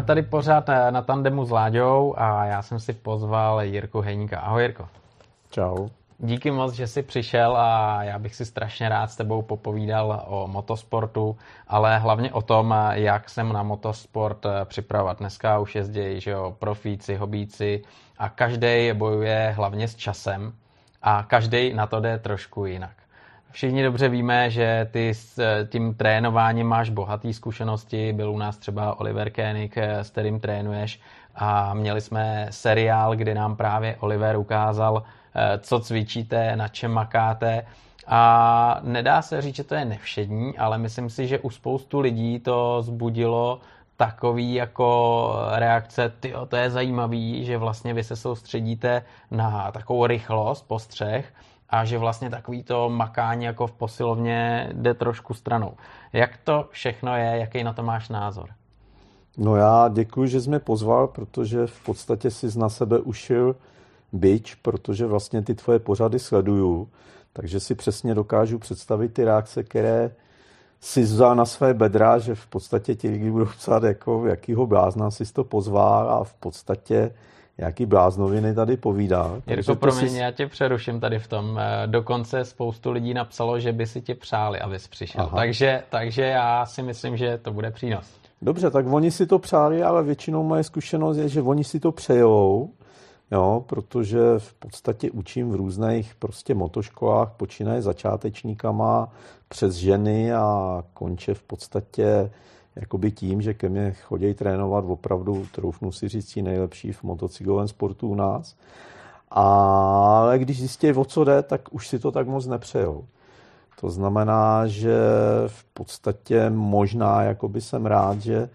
Máme tady pořád na tandemu s Láďou a já jsem si pozval Jirku Hejníka. Ahoj Jirko. Čau. Díky moc, že jsi přišel a já bych si strašně rád s tebou popovídal o motosportu, ale hlavně o tom, jak se na motosport připravovat. Dneska už jezdí, že jo, profíci, hobíci a každý bojuje hlavně s časem a každý na to jde trošku jinak. Všichni dobře víme, že ty s tím trénováním máš bohatý zkušenosti. Byl u nás třeba Oliver Koenig, s kterým trénuješ a měli jsme seriál, kdy nám právě Oliver ukázal, co cvičíte, na čem makáte a nedá se říct, že to je nevšední, ale myslím si, že u spoustu lidí to vzbudilo takový jako reakce, tyjo, to je zajímavý, že vlastně vy se soustředíte na takovou rychlost, postřeh a že vlastně takový to makání jako v posilovně jde trošku stranou. Jak to všechno je, jaký na to máš názor? No já děkuji, že jsi mě pozval, protože v podstatě jsi na sebe ušil bič, protože vlastně ty tvoje pořady sleduju, takže si přesně dokážu představit ty reakce, které jsi vzal na své bedra, že v podstatě ti lidi budou psát, jako jakýho blázna jsi to pozval a v podstatě jaký bláznoviny tady povídá. Jirko, promiň, já tě přeruším tady v tom. Dokonce spoustu lidí napsalo, že by si tě přáli, abys přišel. Takže já si myslím, že to bude přínos. Dobře, tak oni si to přáli, ale většinou moje zkušenost je, že oni si to přejou, jo, protože v podstatě učím v různých prostě motoškolách, počínaje začátečníkama přes ženy a konče v podstatě jakoby tím, že ke mně chodí trénovat opravdu, troufnu si říct, ti nejlepší v motocyklovém sportu u nás. Ale když zjistí, o co jde, tak už si to tak moc nepřejou. To znamená, že v podstatě možná jakoby jsem rád, že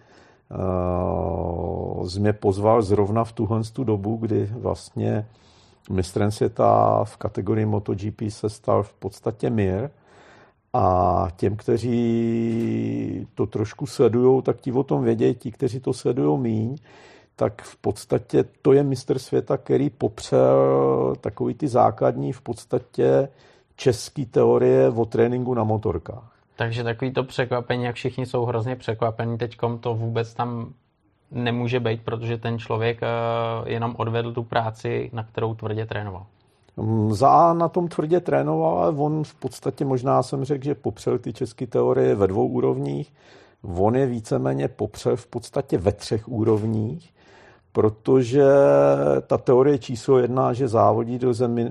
jsi mě pozval zrovna v tuhle dobu, kdy vlastně mistrem světa v kategorii MotoGP se stal v podstatě Mir. A těm, kteří to trošku sledujou, tak ti o tom vědějí, ti, kteří to sledují míň, tak v podstatě to je mistr světa, který popřel takový ty základní v podstatě český teorie o tréninku na motorkách. Takže takový to překvapení, jak všichni jsou hrozně překvapení teďkom, to vůbec tam nemůže být, protože ten člověk jenom odvedl tu práci, na kterou tvrdě trénoval. Na tom tvrdě trénoval, ale on v podstatě, možná jsem řekl, že popřel ty české teorie ve 2 úrovních. On je víceméně popřel v podstatě ve 3 úrovních, protože ta teorie číslo 1, že závodí do zemi,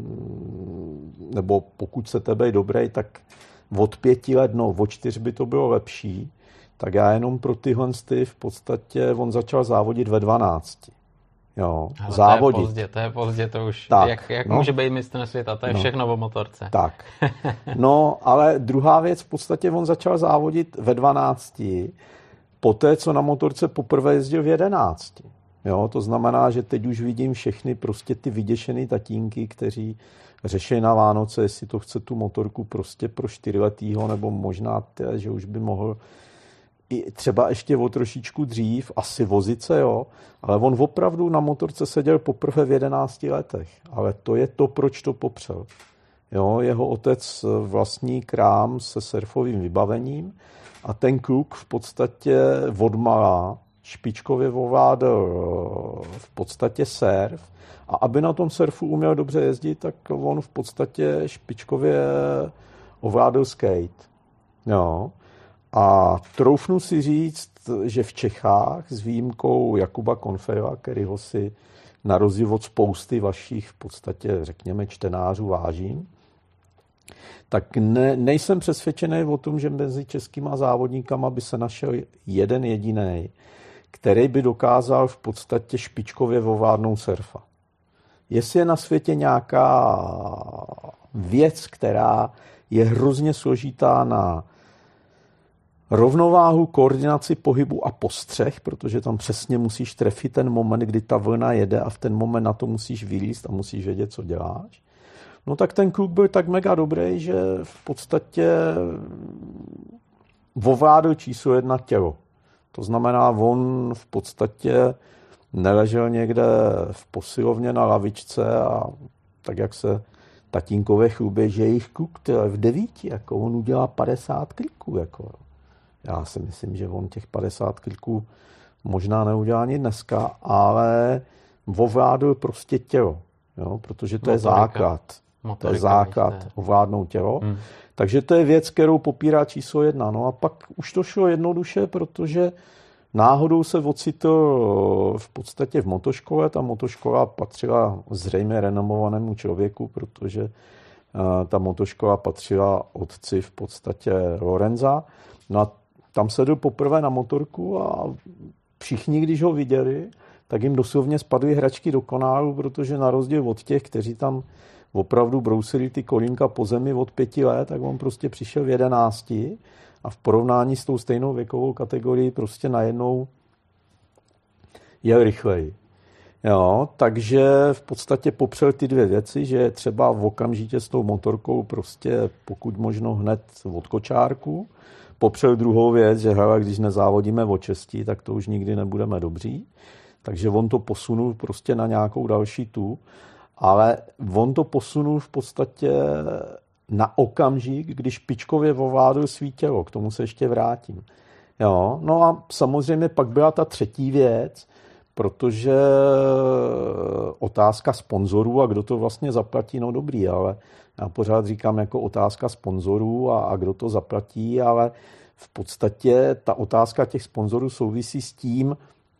nebo pokud se tebe dobrý, tak od 5 let, no od 4 by to bylo lepší, tak já jenom pro tyhle v podstatě on začal závodit ve 12. Jo, závodit. To je pozdě, to už, tak, jak může být mistr světa, to je všechno o motorce. Tak, no, ale druhá věc, v podstatě on začal závodit ve 12, poté, co na motorce poprvé jezdil v 11. Jo, to znamená, že teď už vidím všechny prostě ty vyděšený tatínky, kteří řeší na Vánoce, jestli to chce tu motorku prostě pro 4letýho, nebo možná, že už by mohl i třeba ještě o trošičku dřív, asi vozit se, jo, ale on opravdu na motorce seděl poprvé v 11 letech, ale to je to, proč to popřel. Jo, jeho otec vlastní krám se surfovým vybavením a ten kluk v podstatě odmala špičkově ovládal v podstatě surf a aby na tom surfu uměl dobře jezdit, tak on v podstatě špičkově ovládal skate. Jo. A troufnu si říct, že v Čechách s výjimkou Jakuba Konfera, kterýho si na rozdíl od spousty vašich v podstatě, řekněme, čtenářů vážím, tak nejsem přesvědčený o tom, že mezi českýma závodníkama by se našel jeden jediný, který by dokázal v podstatě špičkově ovládnout surfa. Jestli je na světě nějaká věc, která je hrozně složitá na rovnováhu, koordinaci pohybu a postřeh, protože tam přesně musíš trefit ten moment, kdy ta vlna jede a v ten moment na to musíš vylízt a musíš vědět, co děláš. No tak ten kluk byl tak mega dobrý, že v podstatě ovládl číslo 1 tělo. To znamená, on v podstatě neležel někde v posilovně na lavičce a tak, jak se tatínkové chlubě, že jejich kluk v 9, jako on udělá 50 kliků. Jako. Já si myslím, že on těch 50 kliků možná neudělá ani dneska, ale ovládl prostě tělo, jo? Protože to je základ. To je základ, ovládnout tělo. Takže to je věc, kterou popírá číslo 1. No a pak už to šlo jednoduše, protože náhodou se ocitl v podstatě v motoškole. Ta motoškola patřila zřejmě renomovanému člověku, protože ta motoškola patřila otci v podstatě Lorenza. No a tam sedl poprvé na motorku a všichni, když ho viděli, tak jim doslovně spadly hračky do konálu, protože na rozdíl od těch, kteří tam opravdu brousili ty kolínka po zemi od 5 let, tak on prostě přišel v 11 a v porovnání s tou stejnou věkovou kategorií prostě najednou jel rychleji. Jo, takže v podstatě popřel ty dvě věci, že třeba okamžitě s tou motorkou prostě pokud možno hned od kočárku. Popřel druhou věc, že hele, když nezávodíme o čestí, tak to už nikdy nebudeme dobří. Takže on to posunul prostě na nějakou další tu, ale on to posunul v podstatě na okamžik, když špičkově ovládl svý tělo. K tomu se ještě vrátím. Jo, no a samozřejmě pak byla ta třetí věc, protože otázka sponzorů a kdo to vlastně zaplatí, no dobrý, ale já pořád říkám jako otázka sponzorů a kdo to zaplatí, ale v podstatě ta otázka těch sponzorů souvisí s tím,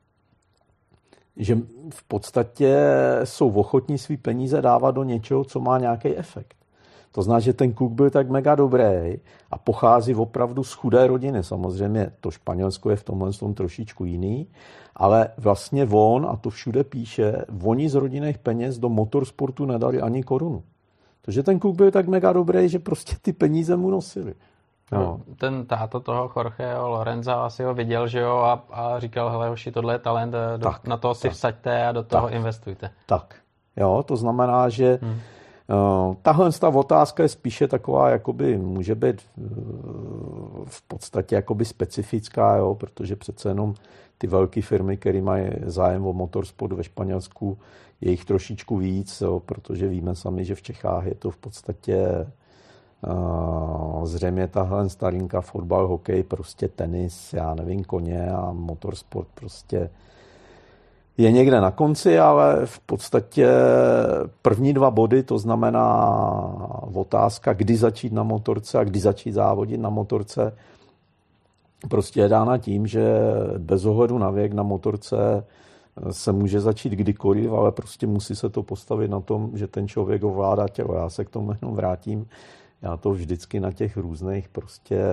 že v podstatě jsou ochotní svý peníze dávat do něčeho, co má nějaký efekt. To znamená, že ten kluk byl tak mega dobrý a pochází opravdu z chudé rodiny. Samozřejmě to Španělsko je v tomhle trošičku jiný, ale vlastně on, a to všude píše, oni z rodinných peněz do motorsportu nedali ani korunu. Takže ten kluk byl tak mega dobrý, že prostě ty peníze mu nosili. No. Ten táto toho Jorgeho Lorenza asi ho viděl, že jo, a říkal, hele hoši, tohle je talent, na toho si vsaďte a do toho investujte. Tak, jo, to znamená, že tahle otázka je spíše taková, jakoby může být v podstatě jakoby specifická, jo, protože přece jenom ty velké firmy, které mají zájem o motorsport ve Španělsku, je jich trošičku víc, jo, protože víme sami, že v Čechách je to v podstatě zřejmě tahle starinka, fotbal, hokej, prostě tenis, já nevím, koně a motorsport prostě je někde na konci, ale v podstatě první 2 body, to znamená otázka, kdy začít na motorce a kdy začít závodit na motorce, prostě je dána tím, že bez ohledu na věk na motorce se může začít kdykoliv, ale prostě musí se to postavit na tom, že ten člověk ovládá tělo. Já se k tomu jenom vrátím. Já to vždycky na těch různých prostě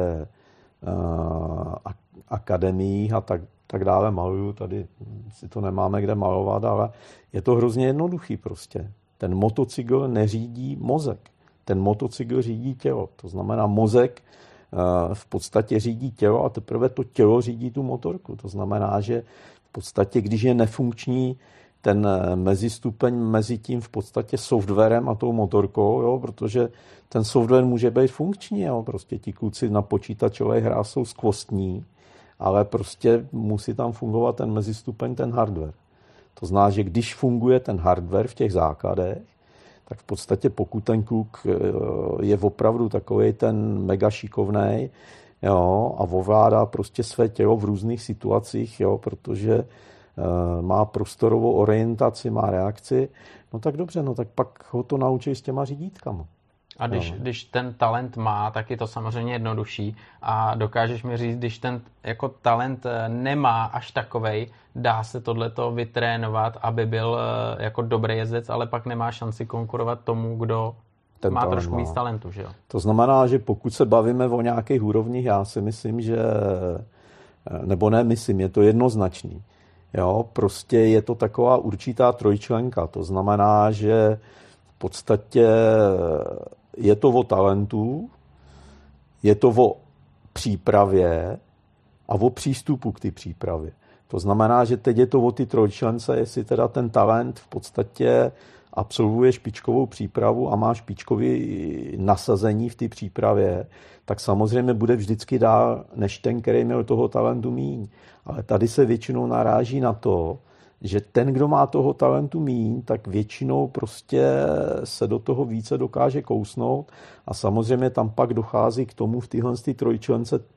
akademiích a tak dále maluju. Tady si to nemáme kde malovat, ale je to hrozně jednoduchý prostě. Ten motocykl neřídí mozek. Ten motocykl řídí tělo. To znamená, mozek v podstatě řídí tělo a teprve to tělo řídí tu motorku. To znamená, že v podstatě, když je nefunkční ten mezistupeň mezi tím v podstatě softwarem a tou motorkou, jo, protože ten software může být funkční, jo, prostě ti kluci na počítačové hře jsou skvostní, ale prostě musí tam fungovat ten mezistupeň, ten hardware. To znamená, že když funguje ten hardware v těch základech, tak v podstatě pokud ten kluk je opravdu takovej ten mega šikovnej, jo, a ovládá prostě své tělo v různých situacích, jo, protože má prostorovou orientaci, má reakci, no tak dobře, no tak pak ho to naučí s těma řídítkama. A když ten talent má, tak je to samozřejmě jednodušší a dokážeš mi říct, když ten jako talent nemá až takovej, dá se tohleto vytrénovat, aby byl jako dobrý jezdec, ale pak nemá šanci konkurovat tomu, kdo ten má trošku víc talentu, že jo? To znamená, že pokud se bavíme o nějakých úrovních, já si myslím, že, nebo ne myslím, je to jednoznačný. Jo, prostě je to taková určitá trojčlenka. To znamená, že v podstatě je to o talentu, je to o přípravě a o přístupu k té přípravě. To znamená, že teď je to o ty trojčlence, jestli teda ten talent v podstatě absolvuje špičkovou přípravu a má špičkové nasazení v té přípravě, tak samozřejmě bude vždycky dál než ten, který měl toho talentu míň. Ale tady se většinou naráží na to, že ten, kdo má toho talentu míň, tak většinou prostě se do toho více dokáže kousnout a samozřejmě tam pak dochází k tomu v téhle trojčlence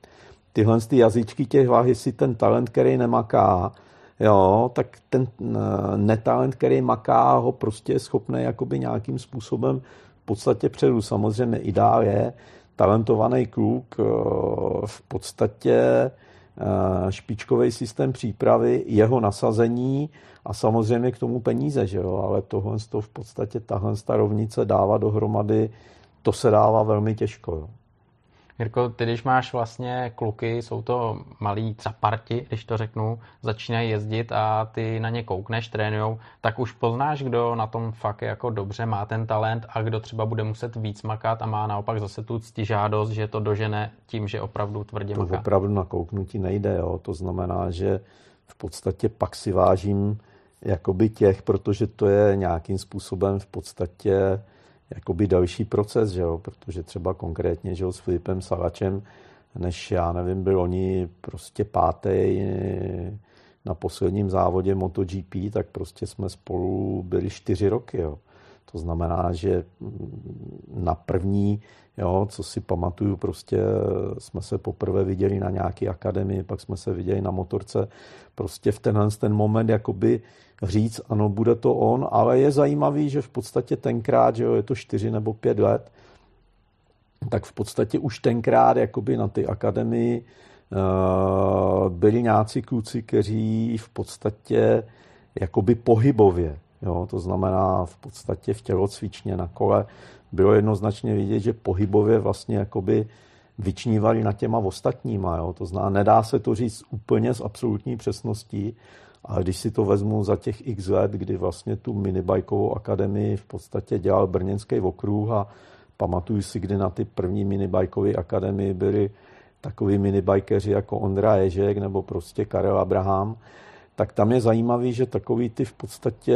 tyhle ty jazyčky těch vah, jestli ten talent, který nemaká, jo, tak ten netalent, který maká, ho prostě je schopný jakoby nějakým způsobem v podstatě předu. Samozřejmě ideál je talentovaný kluk, v podstatě špičkový systém přípravy, jeho nasazení a samozřejmě k tomu peníze, že jo, ale tohle v podstatě tahle rovnice dává dohromady, to se dává velmi těžko, jo. Jirko, ty když máš vlastně kluky, jsou to malí caparti, když to řeknu, začínají jezdit a ty na ně koukneš, trénujou, tak už poznáš, kdo na tom fakt jako dobře má ten talent a kdo třeba bude muset víc makat a má naopak zase tu ctižádost, že to dožene tím, že opravdu tvrdě maká. To opravdu na kouknutí nejde, jo. To znamená, že v podstatě pak si vážím jakoby těch, protože to je nějakým způsobem v podstatě jakoby další proces, že jo, protože třeba konkrétně, že jo, s Filipem Salačem, než já nevím, byl oni prostě pátý na posledním závodě MotoGP, tak prostě jsme spolu byli 4 roky, jo. To znamená, že na první, jo, co si pamatuju, prostě jsme se poprvé viděli na nějaké akademii, pak jsme se viděli na motorce, prostě v ten moment jakoby říct, ano, bude to on, ale je zajímavý, že v podstatě tenkrát, že jo, je to 4 nebo 5 let, tak v podstatě už tenkrát jakoby na té akademii byli nějací kluci, kteří v podstatě jakoby pohybově, jo, to znamená v podstatě v tělocvičně na kole bylo jednoznačně vidět, že pohybově vlastně jakoby vyčnívali na těma ostatníma, jo, to znamená, nedá se to říct úplně s absolutní přesností, ale když si to vezmu za těch x let, kdy vlastně tu minibajkovou akademii v podstatě dělal brněnský okruh a pamatuju si, kdy na ty první minibajkové akademii byli takový minibajkeři jako Ondra Ježek nebo prostě Karel Abraham, tak tam je zajímavý, že takový ty v podstatě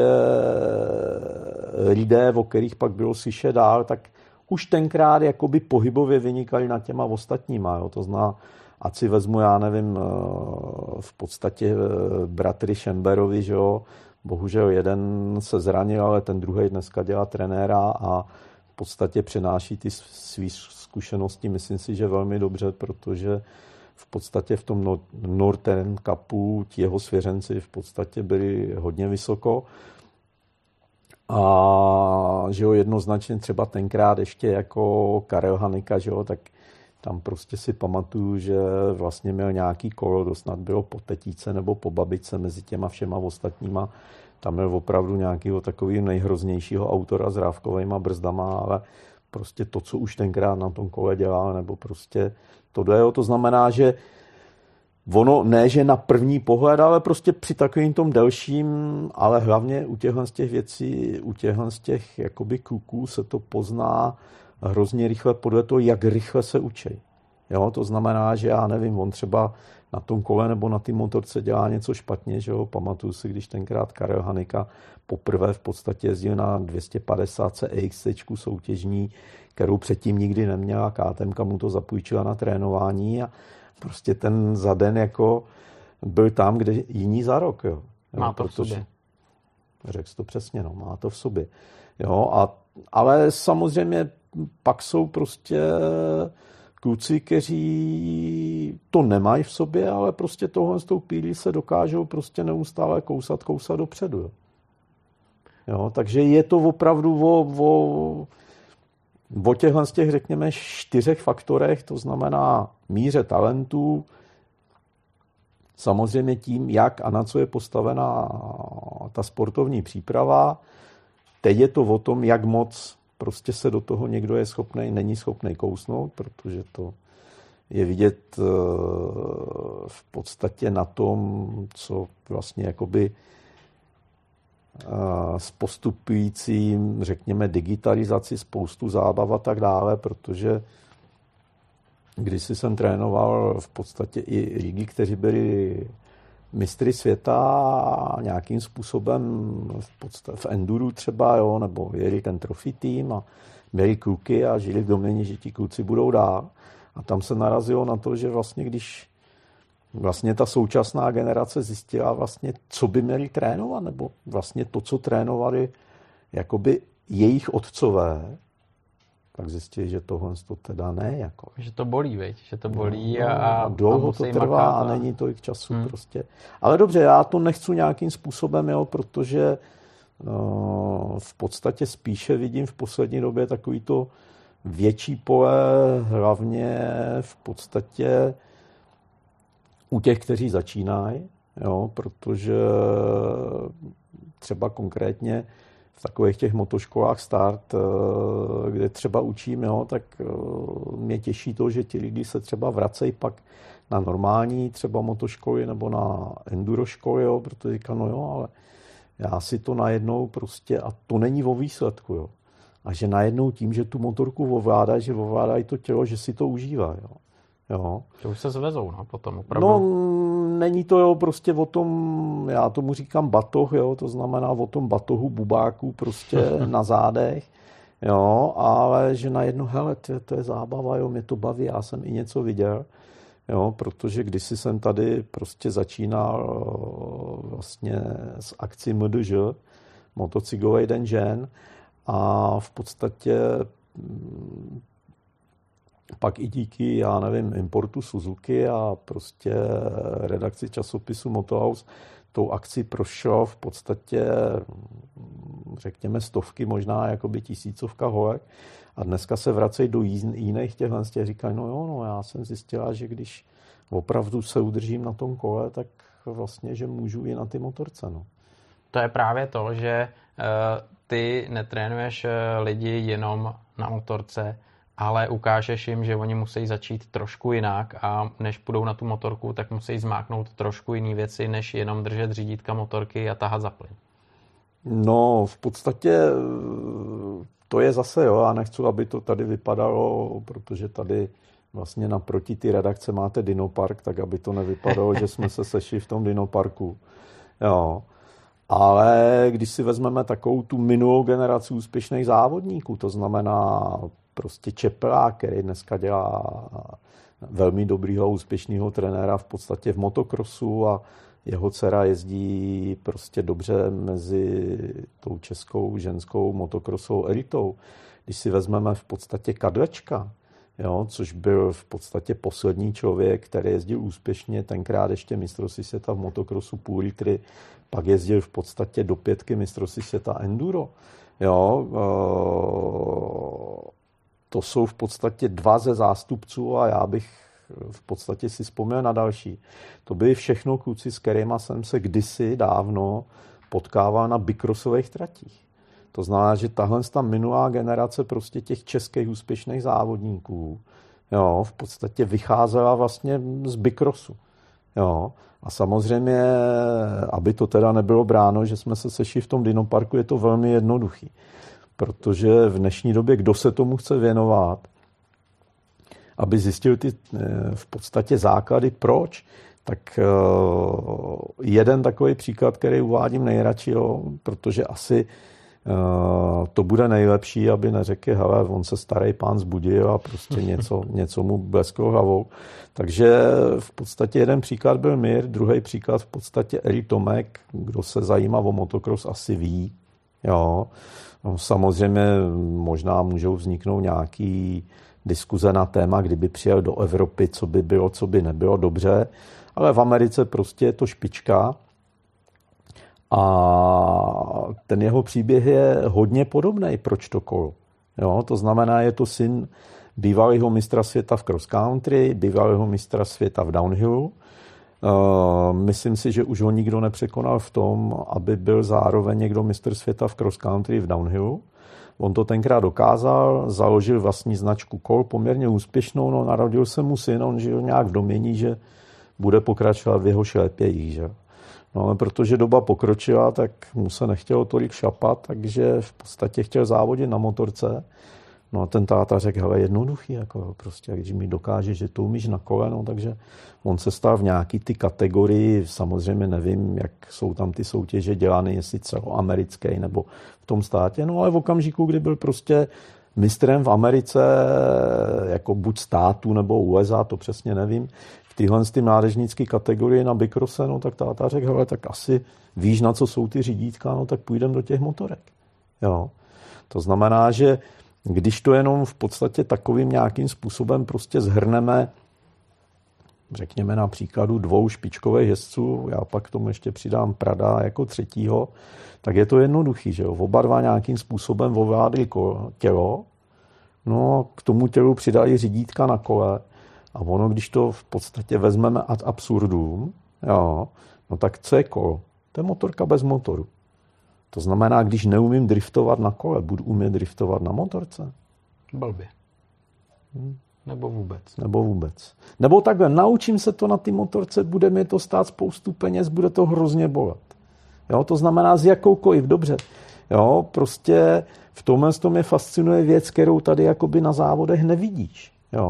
lidé, o kterých pak bylo slyšet dál, tak už tenkrát jakoby pohybově vynikali nad těma ostatníma. Jo. To znamená, ať si vezmu, já nevím, v podstatě bratry Šemberovi, že jo, bohužel jeden se zranil, ale ten druhý dneska dělá trenéra a v podstatě přenáší ty své zkušenosti, myslím si, že velmi dobře, protože v podstatě v tom Northern Cupu ti jeho svěřenci v podstatě byli hodně vysoko a že jo, jednoznačně třeba tenkrát ještě jako Karel Hanika, že jo, tak tam prostě si pamatuju, že vlastně měl nějaký kolo, to snad bylo po tetíce nebo po babičce mezi těma všema ostatníma. Tam měl opravdu nějakého takového nejhroznějšího autora s rávkovejma brzdama, ale prostě to, co už tenkrát na tom kole dělal, nebo prostě to znamená, že ono ne, že na první pohled, ale prostě při takovým tom delším, ale hlavně u těchhle z těch věcí, u těchhle z těch jakoby kluků se to pozná hrozně rychle podle toho, jak rychle se učí. Jo, to znamená, že já nevím, on třeba na tom kole nebo na té motorce dělá něco špatně, že jo, pamatuju si, když tenkrát Karel Hanika poprvé v podstatě jezdil na 250 EXC soutěžní, kterou předtím nikdy neměla, KTM mu to zapůjčila na trénování a prostě ten za den jako byl tam, kde jiní za rok, jo. Má to v sobě. Řekl jsi to přesně, no, má to v sobě. Jo, ale samozřejmě pak jsou prostě kluci, kteří to nemají v sobě, ale prostě tohle s tou pílí se dokážou prostě neustále kousat dopředu. Jo. Jo, takže je to opravdu o těchhle z těch, řekněme, 4 faktorech, to znamená míře talentů, samozřejmě tím, jak a na co je postavená ta sportovní příprava. Teď je to o tom, jak moc prostě se do toho někdo je schopný, není schopný kousnout, protože to je vidět v podstatě na tom, co vlastně jakoby s postupujícím, řekněme, digitalizaci, spoustu zábav a tak dále, protože když jsem trénoval v podstatě i lidi, kteří byli mistry světa nějakým způsobem v enduru třeba, jo, nebo jeli ten trophy tým a měli kluky a žili v domnění, že ti kluci budou dál. A tam se narazilo na to, že vlastně když vlastně ta současná generace zjistila vlastně, co by měli trénovat, nebo vlastně to, co trénovali jakoby jejich otcové, Pak zjistili, že tohle to teda ne. Jako. Že to bolí, viď? Že to bolí a dlouho to trvá a není tolik času prostě. Ale dobře, já to nechci nějakým způsobem, jo, protože v podstatě spíše vidím v poslední době takový to větší pole, hlavně v podstatě u těch, kteří začínají, jo, protože třeba konkrétně v takových těch motoškolách Start, kde třeba učím, jo, tak mě těší to, že ti lidi se třeba vracejí pak na normální třeba motoškoly nebo na enduro školy, jo, protože říkám, no jo, ale já si to najednou prostě, a to není o výsledku, jo, a že najednou tím, že tu motorku ovládá, že ovládají to tělo, že si to užívá, jo. Jo. To už se zvezou, no, potom opravdu. No, není to, jo, prostě o tom, já tomu říkám batoh, jo, to znamená o tom batohu bubáků prostě na zádech, jo, ale že najednou, hele, to je zábava, jo, mě to baví, já jsem i něco viděl, jo, protože kdysi jsem tady prostě začínal vlastně s akcí MDŽ, motocyklový den žen, a v podstatě pak i díky, já nevím, importu Suzuki a prostě redakci časopisu Motohouse tou akci prošlo v podstatě, řekněme, stovky, možná jakoby tisícovka holek. A dneska se vracejí do jiných těchhle a říkají, no jo, no já jsem zjistila, že když opravdu se udržím na tom kole, tak vlastně, že můžu i na ty motorce, no. To je právě to, že ty netrénuješ lidi jenom na motorce, ale ukážeš jim, že oni musí začít trošku jinak a než půjdou na tu motorku, tak musí zmáknout trošku jiné věci, než jenom držet řídítka motorky a tahat za plyn. No, v podstatě to je zase, jo, já nechci, aby to tady vypadalo, protože tady vlastně naproti ty redakce máte Dinopark, tak aby to nevypadalo, že jsme se sešli v tom Dinoparku. Jo. Ale když si vezmeme takovou tu minulou generaci úspěšných závodníků, to znamená prostě Čepela, který dneska dělá velmi dobrýho úspěšného trenéra v podstatě v motokrosu a jeho dcera jezdí prostě dobře mezi tou českou ženskou motokrosovou elitou. Když si vezmeme v podstatě Kadlečka, jo, což byl v podstatě poslední člověk, který jezdil úspěšně, tenkrát ještě mistrovství světa v motokrosu půl litry, pak jezdil v podstatě do 5 mistrovství světa enduro. Jo, to jsou v podstatě 2 ze zástupců a já bych v podstatě si vzpomněl na další. To byli všechno kluci, s kterými jsem se kdysi dávno potkával na bicrossových tratích. To znamená, že tahle minulá generace prostě těch českých úspěšných závodníků, jo, v podstatě vycházela vlastně z bicrossu. Jo. A samozřejmě, aby to teda nebylo bráno, že jsme se sešli v tom Dinoparku, je to velmi jednoduchý. Protože v dnešní době, kdo se tomu chce věnovat, aby zjistil ty v podstatě základy, proč, tak jeden takový příklad, který uvádím nejradši, jo, protože asi to bude nejlepší, aby neřekl, hele, on se starý pán zbudil a prostě něco mu blesklo hlavou. Takže v podstatě jeden příklad byl Mir, druhý příklad v podstatě Erik Tomek, kdo se zajímá o motocross, asi ví. Jo. No, samozřejmě možná můžou vzniknout nějaký diskuze na téma, kdyby přijel do Evropy, co by bylo, co by nebylo, dobře, ale v Americe prostě je to špička a ten jeho příběh je hodně podobný, proč to kolo. Jo, to znamená, je to syn bývalého mistra světa v cross country, bývalého mistra světa v downhillu. Myslím si, že už ho nikdo nepřekonal v tom, aby byl zároveň někdo mistr světa v cross country v downhillu. On to tenkrát dokázal, založil vlastní značku kol, poměrně úspěšnou, no narodil se mu syn, on žil nějak v domění, že bude pokračovat v jeho šlépějích, že? No ale protože doba pokročila, tak mu se nechtělo tolik šapat, takže v podstatě chtěl závodit na motorce. No a ten táta řekl, hele, jednoduchý, jako prostě, když mi dokáže, že to umíš na kole, no, takže on se stal v nějaký ty kategorii, samozřejmě nevím, jak jsou tam ty soutěže dělány, jestli celoamerické nebo v tom státě, no ale v okamžiku, kdy byl prostě mistrem v Americe, jako buď státu nebo USA, to přesně nevím, v téhle mládežnické kategorii na bicrosse, no tak táta řekl, hele, tak asi víš, na co jsou ty řídítka, no tak půjdem do těch motorek. Jo. To znamená, že Když to jenom v podstatě takovým nějakým způsobem prostě zhrneme, řekněme na příkladu 2 špičkových jezdců, já pak k tomu ještě přidám Prada jako 3., tak je to jednoduchý, že jo? Oba dva nějakým způsobem ovládli tělo, no k tomu tělu přidali řídítka na kole a ono, když to v podstatě vezmeme ad absurdum, jo, no tak co je kolo? To je motorka bez motoru. To znamená, když neumím driftovat na kole, budu umět driftovat na motorce? Blbě. Nebo vůbec. Nebo takhle, naučím se to na té motorce, bude mi to stát spoustu peněz, bude to hrozně bolet. Jo, to znamená s jakoukoliv, dobře. Jo, prostě v tomhle mě fascinuje věc, kterou tady jakoby na závodech nevidíš.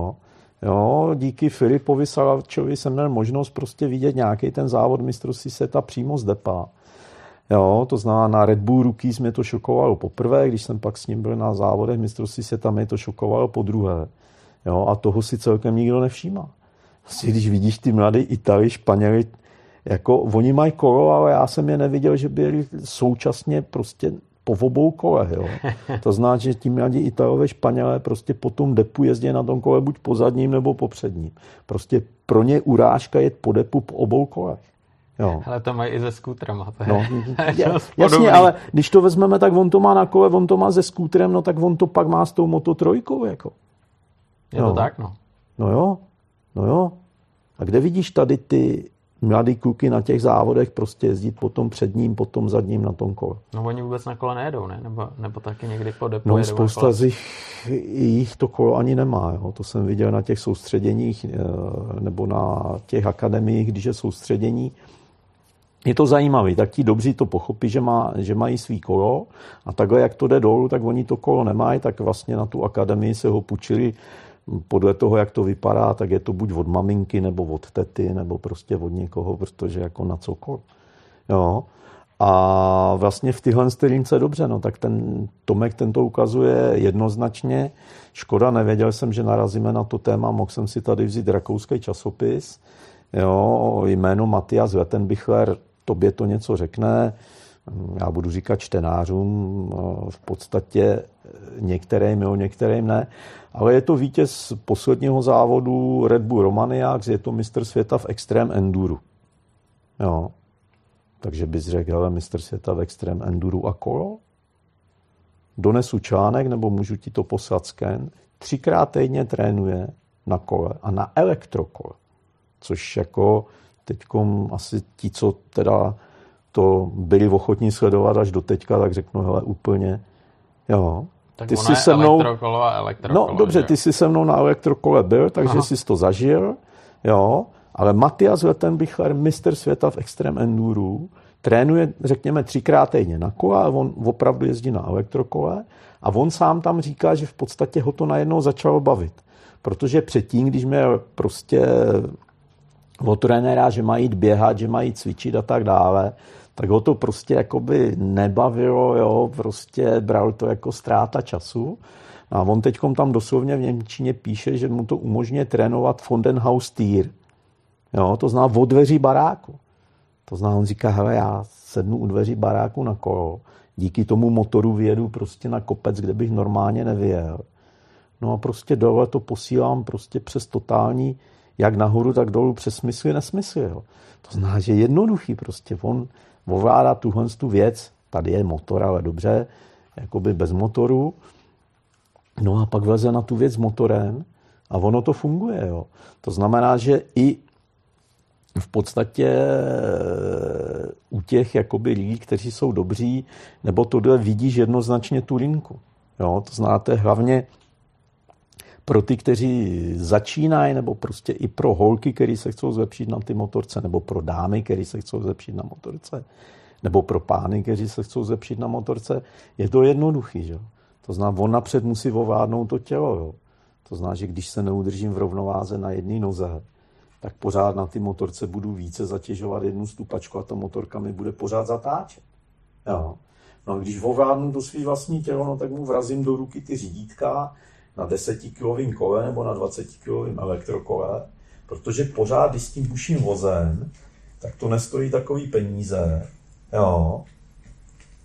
Jo, díky Filipovi Salačovi jsem měl možnost prostě vidět nějaký ten závod mistrovství světa přímo z depa. Jo, to znamená na Red Bull Rookies mě to šokovalo poprvé, když jsem pak s ním byl na závodech mistrovství světa, mě to šokovalo podruhé. Jo, a toho si celkem nikdo nevšímá. Vlastně, když vidíš ty mladý Itali, Španěli, jako oni mají kolo, ale já jsem je neviděl, že byli současně prostě po obou kolech. Jo. To znamená, že ti mladí Italové, Španělé prostě po tom depu jezdí na tom kole buď po zadním nebo po předním. Prostě pro ně urážka jet po depu po obou kolech. Jo. Ale to mají i ze skútrama. Jasně, ale když to vezmeme, tak on to má na kole, on to má se skútrem, no tak on to pak má s tou Moto3. Jako. Je to tak, no. No jo. A kde vidíš tady ty mladý kluky na těch závodech prostě jezdit po tom předním, po tom zadním na tom kole? No oni vůbec na kole nejedou, ne? Nebo taky někdy po depu no, spousta z jich to kolo ani nemá. Jo. To jsem viděl na těch soustředěních nebo na těch akademiích, když je soustředění. Je to zajímavé, tak ti dobří to pochopí, že mají svý kolo a takhle, jak to jde dolů, tak oni to kolo nemají, tak vlastně na tu akademii se ho půjčili podle toho, jak to vypadá, tak je to buď od maminky, nebo od tety, nebo prostě od někoho, protože jako na cokoliv. Jo. A vlastně v tyhle lince dobře, no tak ten Tomek ten to ukazuje jednoznačně. Škoda, nevěděl jsem, že narazíme na to téma, mohl jsem si tady vzít rakouský časopis, jo, jméno Matthias Wettenbichler, tobě to něco řekne, já budu říkat čtenářům, v podstatě některým jo, některým ne, ale je to vítěz posledního závodu Red Bull Romaniacs, je to mistr světa v Extreme Enduru. Jo. Takže bys řekl, hele, mistr světa v Extreme Enduru a kolo? Donesu článek, nebo můžu ti to poslat sken. 3krát týdně trénuje na kole a na elektrokole. Což jako teďkom asi ti, co teda to byli ochotní sledovat až do teďka, tak řeknu, hele, úplně, jo. Tak ty jsi se mnou elektrokolo a elektrokolo. No dobře, ty jsi se mnou na elektrokole byl, takže jsi to zažil, jo. Ale Matthias Wettenbichler, mistr světa v Extreme Enduru, trénuje, řekněme, 3krát týdně na kole a on opravdu jezdí na elektrokole a on sám tam říká, že v podstatě ho to najednou začalo bavit. Protože předtím, když měl prostě od trenéra, že mají jít běhat, že mají cvičit a tak dále, tak ho to prostě jakoby nebavilo, jo, prostě bral to jako ztráta času. A on teďkom tam doslovně v němčině píše, že mu to umožňuje trénovat von den Haus Tier. Jo, to zná od dveří baráku. To zná, on říká, hele, já sednu u dveří baráku na kolo, díky tomu motoru vyjedu prostě na kopec, kde bych normálně nevyjel. No a prostě dole to posílám prostě přes totální, jak nahoru, tak dolů přes smysly, nesmysly. Jo. To zná, že jednoduchý prostě. On ovládá tuhle tu věc, tady je motor, ale dobře, jakoby bez motoru. No a pak vleze na tu věc s motorem a ono to funguje. Jo. To znamená, že i v podstatě u těch jakoby lidí, kteří jsou dobří, nebo tohle vidíš jednoznačně tu linku. Jo, to znáte hlavně pro ty, kteří začínají, nebo prostě i pro holky, kteří se chcou zlepšit na ty motorce, nebo pro dámy, kteří se chcou zlepšit na motorce, nebo pro pány, kteří se chcou zlepšit na motorce, je to jednoduchý. Že? To znamená, on napřed musí ovládnout to tělo. Jo? To znamená, že když se neudržím v rovnováze na jedné noze, tak pořád na ty motorce budu více zatěžovat jednu stupačku a ta motorka mi bude pořád zatáčet. Jo. No a když ovládnu to svý vlastní tělo, no, tak mu vrazím do ruky ty řídítka na 10kilovým kole nebo na 20kilovým elektrokole, protože pořád, když s tím buším vozem, tak to nestojí takový peníze. Jo.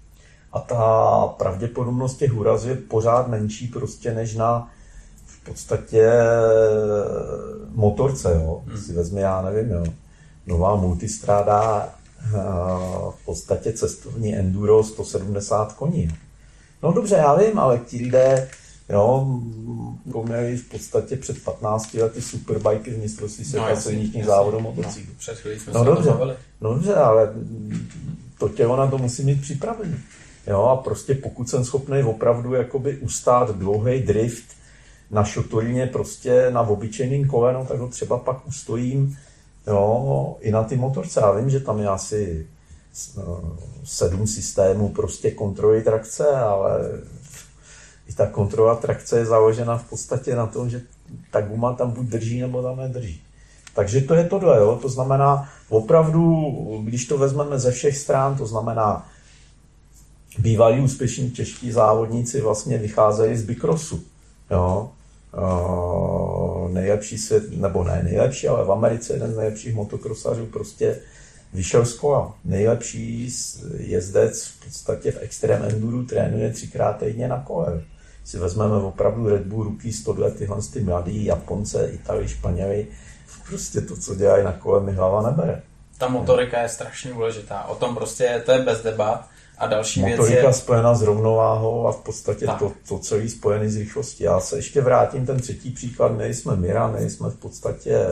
a ta pravděpodobnost těch úrazů je pořád menší prostě než na v podstatě motorce, jo. Si vezme, já nevím, jo. Nová multistráda, v podstatě cestovní enduro 170 koní. No dobře, já vím, ale ti lidé, jo, měli v podstatě před 15 lety superbajky z mistrovství světa silničních závodů motocyklů. Před chvílí jsme se o tom bavili. No dobře, ale to tělo na to musí mít připravený. Jo, a prostě pokud jsem schopný opravdu jakoby ustát dlouhý drift na šotorině prostě na obyčejným kole, no, tak ho třeba pak ustojím, jo, i na ty motorce. Já vím, že tam je asi 7 systémů prostě kontroly trakce, ale i ta kontrola trakce je založena v podstatě na tom, že ta guma tam buď drží, nebo tam nedrží. Takže to je tohle, jo? To znamená opravdu, když to vezmeme ze všech stran, to znamená bývalí úspěšní čeští závodníci vlastně vycházejí z bikrosu. Jo? Nejlepší svět, nebo ne nejlepší, ale v Americe jeden z nejlepších motokrosařů prostě vyšel z kola. Nejlepší jezdec v podstatě v extrém enduru trénuje 3x týdně na kole. Si vezmeme opravdu Red Bull, Rookie, 100 let, tyhle ty mladý, Japonce, Itali, Španěli, prostě to, co dělají na kole, mi hlava nebere. Ta motorika je strašně důležitá. O tom prostě to je bez debat. A další věc je... Motorika spojená s rovnováhou a v podstatě to celé spojené s rychlostí. Já se ještě vrátím, ten třetí příklad, nejsme Mira, nejsme v podstatě...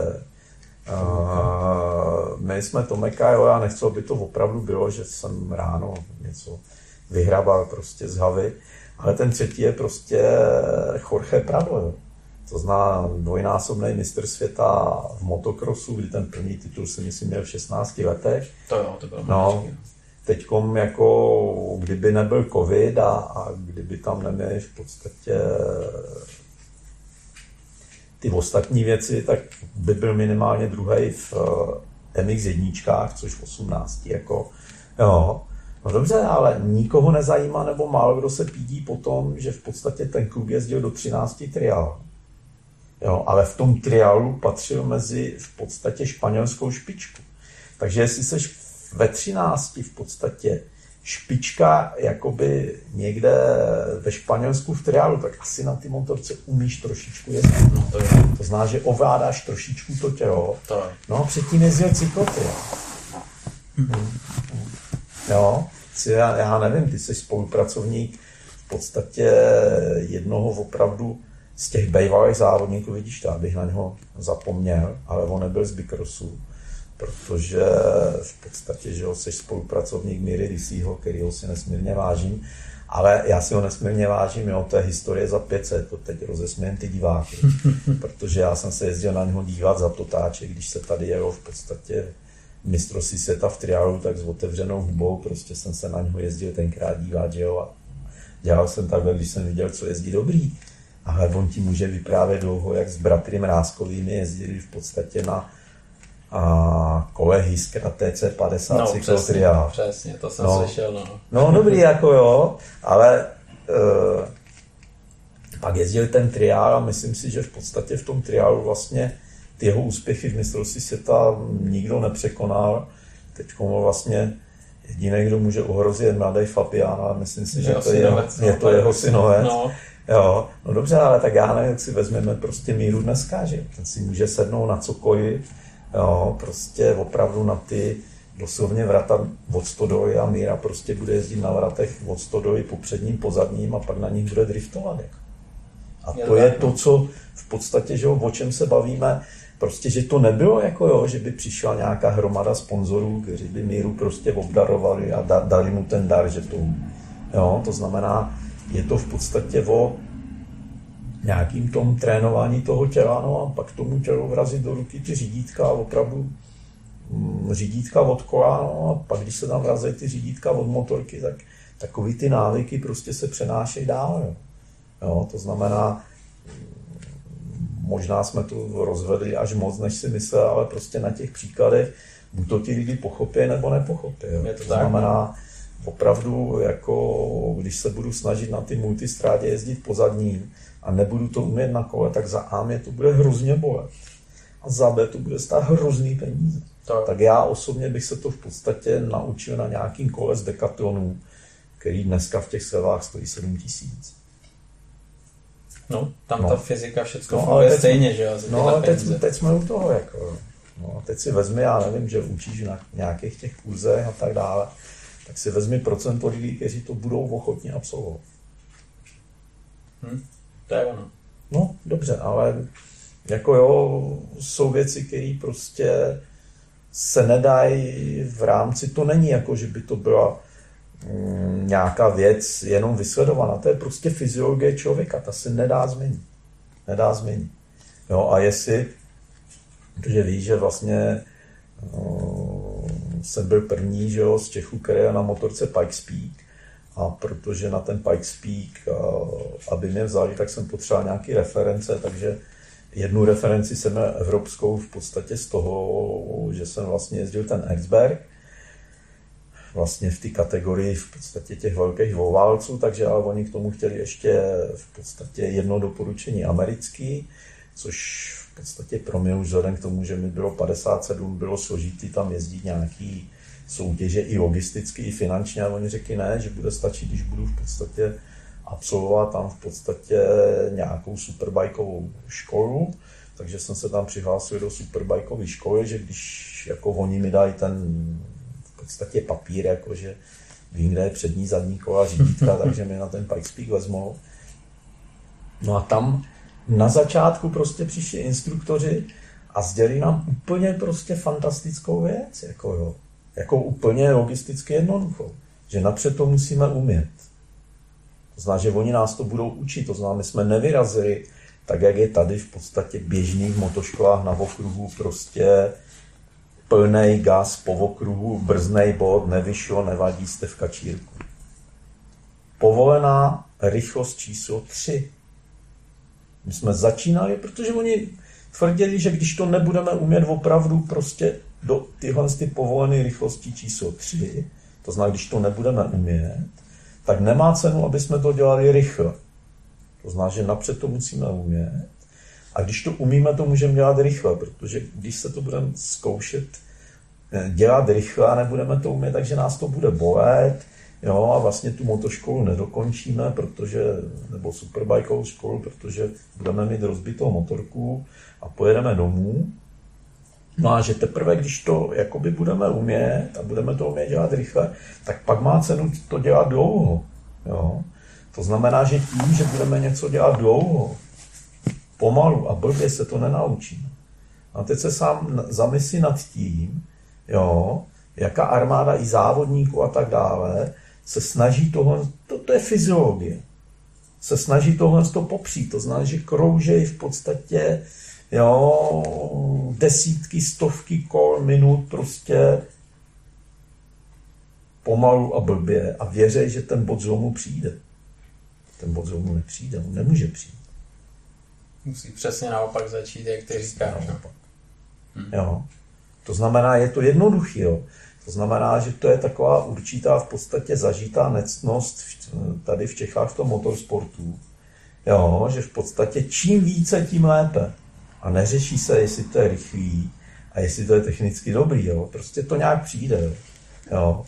nejsme Tomeka, jo, já nechci, aby to opravdu bylo, že jsem ráno něco vyhrabal prostě z hlavy, ale ten třetí je prostě Jorge Prado, jo. To zná dvojnásobný mistr světa v motokrosu, kdy ten první titul si myslím měl v 16 letech. To bylo Teďkom jako kdyby nebyl covid a kdyby tam neměli v podstatě ty ostatní věci, tak by byl minimálně druhý v MX1, což v 18. Jako, jo. No dobře, ale nikoho nezajímá, nebo málo kdo se pídí po tom, že v podstatě ten klub jezdil do 13 triál. Jo, ale v tom triálu patřil mezi v podstatě španělskou špičku. Takže jestli seš ve 13 v podstatě špička jakoby někde ve Španělsku v triálu, tak asi na ty motorce umíš trošičku jezdit. No, to znamená, že ovládáš trošičku to tělo. No a předtím jezdil cykloty. Jo, já nevím, ty jsi spolupracovník v podstatě jednoho opravdu z těch bývalých závodníků, vidíš, já bych na něho zapomněl, ale on nebyl z bikrosu, protože v podstatě, že jsi spolupracovník Miry Risího, kterýho si nesmírně vážím, ale já si ho nesmírně vážím, jo, to je historie za 500, to teď rozesmějem ty diváky, protože já jsem se jezdil na něho dívat za totáče, když se tady jelo v podstatě mistrovství světa v triálu, tak s otevřenou hubou, prostě jsem se na něho jezdil tenkrát dívat, že jo, a dělal jsem takhle, když jsem viděl, co jezdí dobrý. Ale on ti může vyprávět dlouho, jak s bratry Mrázkovými jezdili v podstatě na kole Hiskra TC50 cyklotriál. Přesně, to jsem slyšel. No dobrý, jako jo, ale pak jezdil ten triál a myslím si, že v podstatě v tom triálu vlastně ty jeho úspěchy v mistrovství světa nikdo nepřekonal. Teď vlastně jediný, kdo může ohrozit mladý Fabián, ale myslím si, že to je to jeho synovec. No. Jo, no dobře, ale tak já nevím, jak si vezmeme prostě Míru dneska, že ten si může sednout na cokoliv, jo, prostě opravdu na ty doslovně vrata od stodoly a Míra prostě bude jezdit na vratech od stodoly po předním, po zadním a pak na nich bude driftovat. Jako. A to je to, co v podstatě, že o čem se bavíme, prostě, že to nebylo jako jo, že by přišla nějaká hromada sponzorů, kteří by Míru prostě obdarovali a dali mu ten dar, že to, jo, to znamená, je to v podstatě o nějakým tom trénování toho těla, no a pak tomu tělu vrazit do ruky ty řídítka a opravdu řídítka od kola, no a pak když se tam vrazí ty řídítka od motorky, tak takový ty návyky prostě se přenášejí dál. Jo, to znamená, možná jsme to rozvedli až moc, než si myslel, ale prostě na těch příkladech buď to ti lidi pochopí, nebo nepochopí. To znamená, opravdu, jako když se budu snažit na ty multistrádě jezdit po zadním a nebudu to umět na kole, tak za A mě to bude hrozně bolet. A za B to bude stát hrozný peníze. Tak já osobně bych se to v podstatě naučil na nějakým kole z Decathlonu, který dneska v těch slevách stojí 7 000. No, tam ta fyzika všechno funguje stejně, že jo? No, ale teď jsme u toho, jako. No, teď si vezmi, já nevím, že učíš na nějakých těch kurzech a tak dále, tak si vezmi procento lidí, kteří to budou ochotně absolvovat. To je ono. No, dobře, ale jako jo, jsou věci, které prostě se nedají v rámci, to není jako, že by to byla nějaká věc jenom vysledovaná, to je prostě fyziologie člověka, ta se nedá změnit. Nedá změnit. Jo, a jestli, protože víš, že vlastně jsem byl první, že jo, z Čechů, který je na motorce Pikes Peak, a protože na ten Pikes Peak, aby mě vzali, tak jsem potřeboval nějaké reference, takže jednu referenci jsem měl evropskou v podstatě z toho, že jsem vlastně jezdil ten Exberg, vlastně v té kategorii v podstatě těch velkých dvouválců, takže ale oni k tomu chtěli ještě v podstatě jedno doporučení americký, což v podstatě pro mě už vzhledem k tomu, že mi bylo 57, bylo složitý tam jezdit nějaký soutěže i logisticky, i finančně, a oni řekli ne, že bude stačit, když budu v podstatě absolvovat tam v podstatě nějakou superbajkovou školu, takže jsem se tam přihlásil do superbajkové školy, že když jako oni mi dají ten v podstatě papír, jakože vím, kde je přední, zadní kola, řídítka, takže mi na ten Pikes Peak vezmou. No a tam na začátku prostě přišli instruktoři a sdělili nám úplně prostě fantastickou věc, jako jo. Jako úplně logisticky jednoduchou, že napřed to musíme umět. To znamená, že oni nás to budou učit, to znamená, my jsme nevyrazili tak, jak je tady v podstatě běžných motoškolách na okruhu, prostě plnej gas po okruhu, brznej bod, nevyšlo, nevadí, jste v kačírku. Povolená rychlost číslo 3. My jsme začínali, protože oni tvrdili, že když to nebudeme umět opravdu prostě do tyhle povolené rychlosti číslo 3, to znamená, když to nebudeme umět, tak nemá cenu, aby jsme to dělali rychle. To znamená, že napřed to musíme umět. A když to umíme, to můžeme dělat rychle, protože když se to budeme zkoušet dělat rychle a nebudeme to umět, takže nás to bude bolet, jo, a vlastně tu motoškolu nedokončíme, protože, nebo superbajkovou školu, protože budeme mít rozbitou motorku a pojedeme domů. No a že teprve, když to jakoby budeme umět a budeme to umět dělat rychle, tak pak má cenu to dělat dlouho. Jo. To znamená, že tím, že budeme něco dělat dlouho, pomalu a blbě, se to nenaučíme. A teď se sám zamyslí nad tím, jo, jaká armáda i závodníků a tak dále se snaží tohle, to je fyziologie, se snaží tohle popřít. To znamená, že kroužejí v podstatě, jo, desítky, stovky kol minut prostě pomalu a blbě a věří, že ten bod zlomu přijde. Ten bod zlomu nepřijde, on nemůže přijít. Musí přesně naopak začít, jak ty říkáš. Jo. To znamená, je to jednoduchý. Jo. To znamená, že to je taková určitá v podstatě zažitá nectnost tady v Čechách v tom motorsportu. Jo, že v podstatě čím více, tím lépe. A neřeší se, jestli to je rychlý a jestli to je technicky dobrý. Jo. Prostě to nějak přijde. Jo.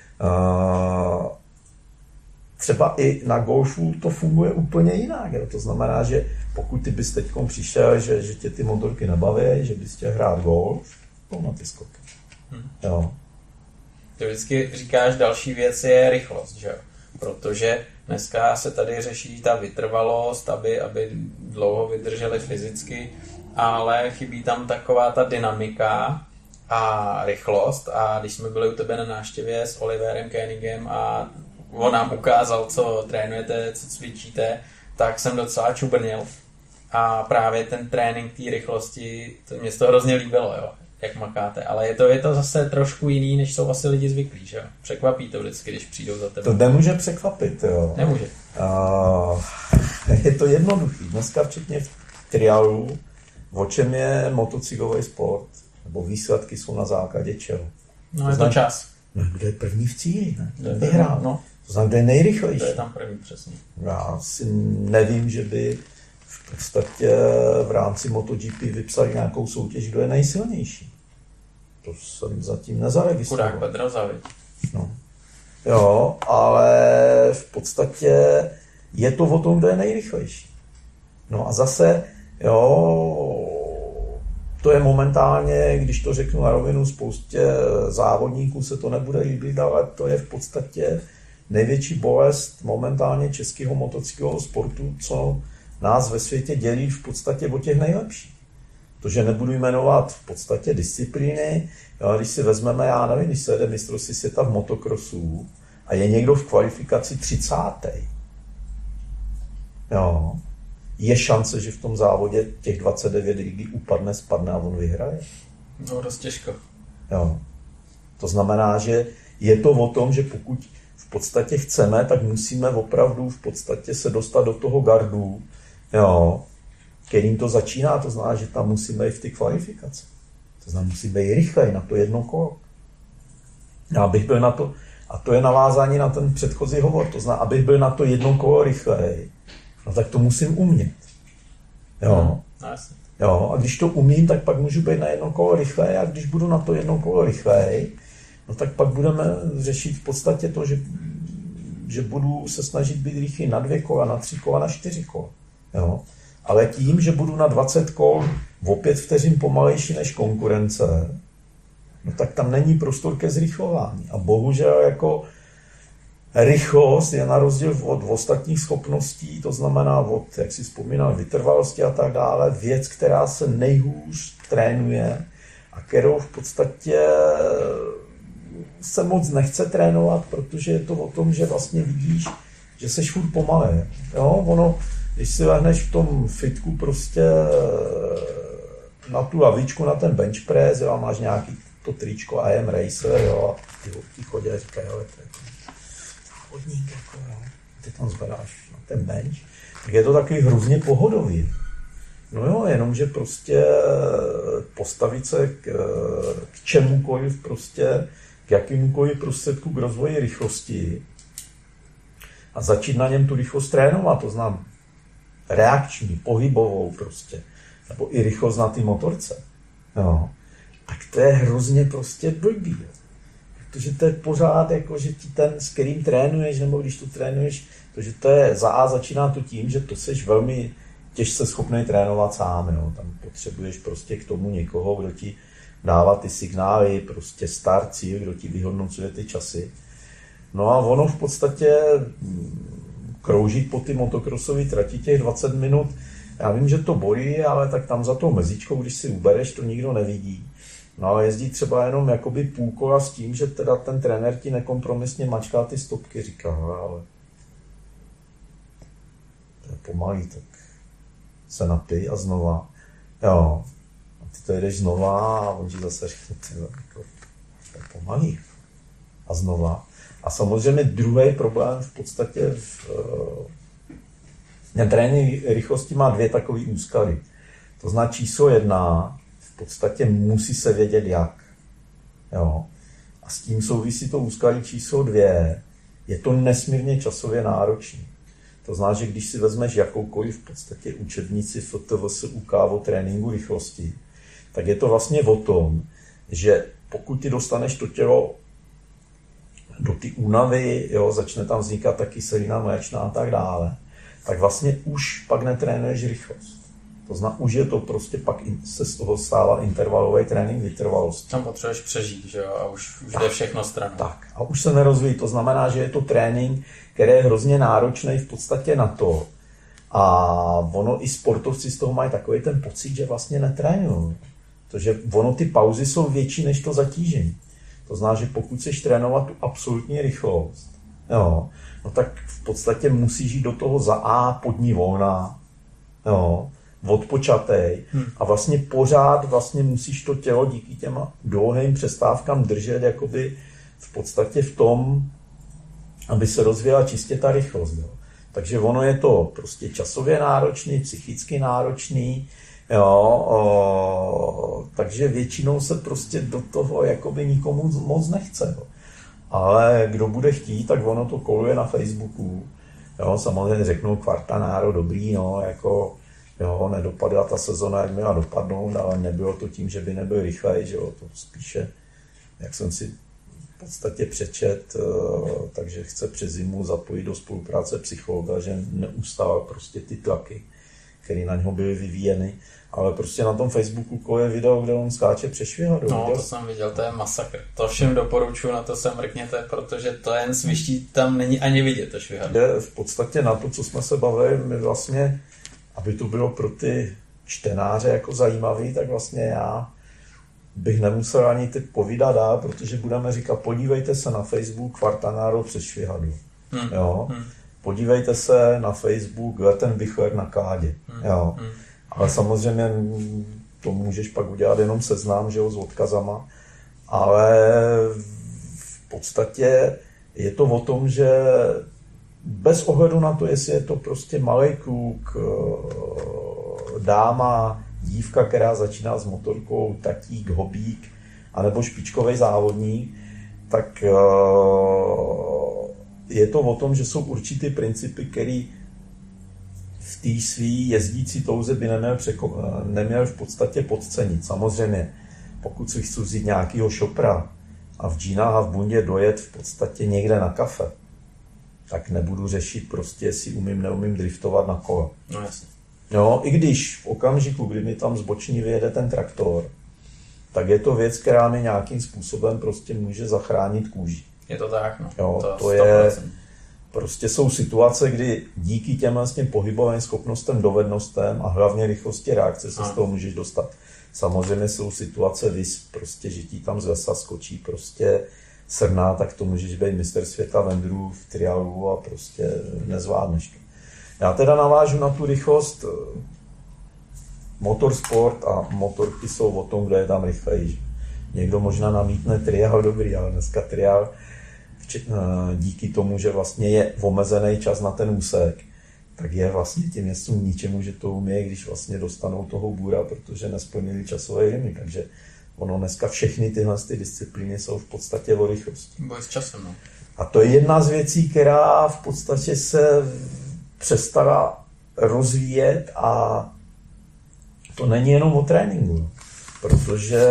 Třeba i na golfu to funguje úplně jinak. Jo. To znamená, že pokud ty bys teď přišel, že tě ty motorky nebaví, že bys chtěl hrát golf, to na ty skoky. Jo. Ty vždycky říkáš, další věc je rychlost, že jo? Protože dneska se tady řeší ta vytrvalost, aby dlouho vydrželi fyzicky, ale chybí tam taková ta dynamika a rychlost. A když jsme byli u tebe na návštěvě s Oliverem Koenigem a on nám ukázal, co trénujete, co cvičíte, tak jsem docela čubrnil. A právě ten trénink té rychlosti, to mě to hrozně líbilo, jo, jak makáte. Ale je to zase trošku jiný, než jsou asi lidi zvyklí, že jo? Překvapí to vždycky, když přijdou za tebe. To nemůže překvapit, jo. Nemůže. Je to jednoduchý. Dneska včetně v trialu, o čem je motocyklový sport, nebo výsledky jsou na základě čeho. No je to čas. No, kdo je první v cíli, ne? Vyhrál, no. To znamená, kdo je nejrychlejší. To je tam první, přesně. Já si nevím, že by v podstatě v rámci MotoGP vypsali nějakou soutěž, kdo je nejsilnější. To jsem zatím nezaregistroval. Chudák Pedroza, viď? No. jo, ale v podstatě je to o tom, kdo je nejrychlejší. No a zase, jo, to je momentálně, když to řeknu na rovinu, spoustě závodníků se to nebude líbit, ale to je v podstatě největší bolest momentálně českého motocyklového sportu, co nás ve světě dělí v podstatě o těch nejlepších. To, že nebudu jmenovat v podstatě disciplíny, jo, když si vezmeme, já nevím, když se jede mistrovství světa v motokrosu a je někdo v kvalifikaci 30. Jo, je šance, že v tom závodě těch 29 lidí spadne a on vyhraje? No, dost těžko. Jo. To znamená, že je to o tom, že pokud v podstatě chceme, tak musíme opravdu v podstatě se dostat do toho gardu, jo, kterým to začíná, to znamená, že tam musíme jít v ty kvalifikace. To znamená, musí být rychlej na to jedno kolo. Já bych byl na to, a to je navázání na ten předchozí hovor, to znamená, abych byl na to jedno kolo rychlej, no tak to musím umět. Jo. Jo, a když to umím, tak pak můžu být na jedno kolo rychlej, a když budu na to jedno kolo rychlej, no tak pak budeme řešit v podstatě to, že budu se snažit být rychlý na 2 kola, na 3 kola, na 4 kola. Jo. Ale tím, že budu na 20 kol o 5 vteřin pomalejší než konkurence, no tak tam není prostor ke zrychlování. A bohužel jako rychlost je na rozdíl od ostatních schopností, to znamená od, jak si vzpomínal, vytrvalosti a tak dále, věc, která se nejhůř trénuje a kterou v podstatě se moc nechce trénovat, protože je to o tom, že vlastně vidíš, že seš furt pomalej. Jo, ono, když si lehneš v tom fitku prostě na tu lavičku, na ten bench press, jo, a máš nějaký to tričko I am racer, jo, a ty holky chodí a říkají, ale to je chodník, jako, jo, ty tam zvedáš na ten bench, tak je to takový hrozně pohodový. No jo, jenomže prostě postavit se k čemukoliv prostě, k jakýmukoliv prostředku k rozvoji rychlosti a začít na něm tu rychlost trénovat, to znám reakční, pohybovou prostě, nebo i rychlost na ty motorce, jo, tak to je hrozně prostě blbý, jo. Protože to je pořád, jako, že ti ten, s kterým trénuješ, nebo když to trénuješ, protože to je začíná to tím, že to seš velmi těžce schopný trénovat sám, jo. Tam potřebuješ prostě k tomu někoho, kdo ti dává ty signály, prostě start, cíl, kdo ti vyhodnocuje ty časy. No a ono v podstatě kroužit po ty motokrosové trati těch 20 minut, já vím, že to bolí, ale tak tam za tou mezíčkou, když si ubereš, to nikdo nevidí. No ale jezdí třeba jenom jakoby půl kola s tím, že teda ten trenér ti nekompromisně mačká ty stopky, říká, ale to je pomalý, tak se napij a znova. Jo, a ty to jedeš znova a on ti zase řekne, jako, to je pomalý. A znova. A samozřejmě druhý problém v podstatě trénink rychlosti má 2 takové úskaly. To znamená číslo 1, v podstatě musí se vědět jak. Jo. A s tím souvisí to úskalí číslo 2. Je to nesmírně časově náročný. To znamená, že když si vezmeš jakoukoliv v podstatě učebnici FTVS UK o tréninku rychlosti, tak je to vlastně o tom, že pokud ty dostaneš to tělo do ty únavy, jo, začne tam vznikat ta kyselina mléčná a tak dále, tak vlastně už pak netrénuješ rychlost. To znamená, už je to prostě pak se z toho stává intervalový trénink vytrvalosti. Tam potřebuješ přežít, že jo, a už jde všechno stranou. Tak, a už se nerozvíjí. To znamená, že je to trénink, který je hrozně náročný v podstatě na to. A ono i sportovci z toho mají takový ten pocit, že vlastně netrénují. Protože ono ty pauzy jsou větší než to zatížení. To znamená, že pokud chceš trénovat tu absolutní rychlost, jo, no tak v podstatě musíš jít do toho za A pod ní volna, jo, odpočatej a vlastně pořád vlastně musíš to tělo díky těm dlouhým přestávkám držet jakoby v podstatě v tom, aby se rozvíjela čistě ta rychlost. Jo. Takže ono je to prostě časově náročný, psychicky náročný, jo, takže většinou se prostě do toho jakoby nikomu moc nechce. Jo. Ale kdo bude chtít, tak ono to koluje na Facebooku. Jo, samozřejmě řeknou Quartararo dobrý, no, jako jo, nedopadla ta sezona, jak měla dopadnout, ale nebylo to tím, že by nebyl rychlej, že jo, to spíše, jak jsem si podstatě přečet, takže chce přes zimu zapojit do spolupráce psychologa, že neustál prostě ty tlaky, které na něho byly vyvíjeny. Ale prostě na tom Facebooku je video, kde on skáče přes švihadlo. No, to jsem viděl, to je masakr. To všem doporučuji, na to se mrkněte, protože to jen sviští, tam není ani vidět to švihadlo. Jde v podstatě na to, co jsme se bavili, my vlastně, aby to bylo pro ty čtenáře jako zajímavý, tak vlastně já bych nemusel ani teď povídat dál, protože budeme říkat, podívejte se na Facebook Quartararo přes švihadlo. Jo? Podívejte se na Facebook Letten Bichler na kádě. Jo? Ale samozřejmě to můžeš pak udělat jenom seznam, že jo, s odkazama, ale v podstatě je to o tom, že bez ohledu na to, jestli je to prostě malej kluk, dáma, dívka, která začíná s motorkou, tatík, hobík, anebo špičkový závodník, tak je to o tom, že jsou určitý principy, který v té svý jezdící touze by neměl v podstatě podcenit. Samozřejmě, pokud si chci vzít nějakýho šopra a v džínách a v bundě dojet v podstatě někde na kafe, tak nebudu řešit prostě, jestli neumím driftovat na kole. No jasně. No, i když v okamžiku, kdy mi tam z boční vyjede ten traktor, tak je to věc, která mi nějakým způsobem prostě může zachránit kůži. Je to tak, no. Jo, to je... Prostě jsou situace, kdy díky těmhle s tím pohybovým schopnostem, dovednostem a hlavně rychlosti reakce se z toho můžeš dostat. Samozřejmě jsou situace, prostě, že ti tam z lesa skočí prostě srna, tak to můžeš být mistr světa vendrů v trialu a prostě nezvládneš to. Já teda navážu na tu rychlost. Motorsport a motorky jsou o tom, kdo je tam rychlejší. Někdo možná namítne trial, dobrý, ale dneska trial díky tomu, že vlastně je omezený čas na ten úsek, tak je vlastně těm jezdcům ničemu, že to umí, když vlastně dostanou toho bůra, protože nesplnili časové limit. Takže ono dneska všechny tyhle disciplíny jsou v podstatě o rychlosti. Boj s časem, no. A to je jedna z věcí, která v podstatě se přestala rozvíjet a to není jenom o tréninku, protože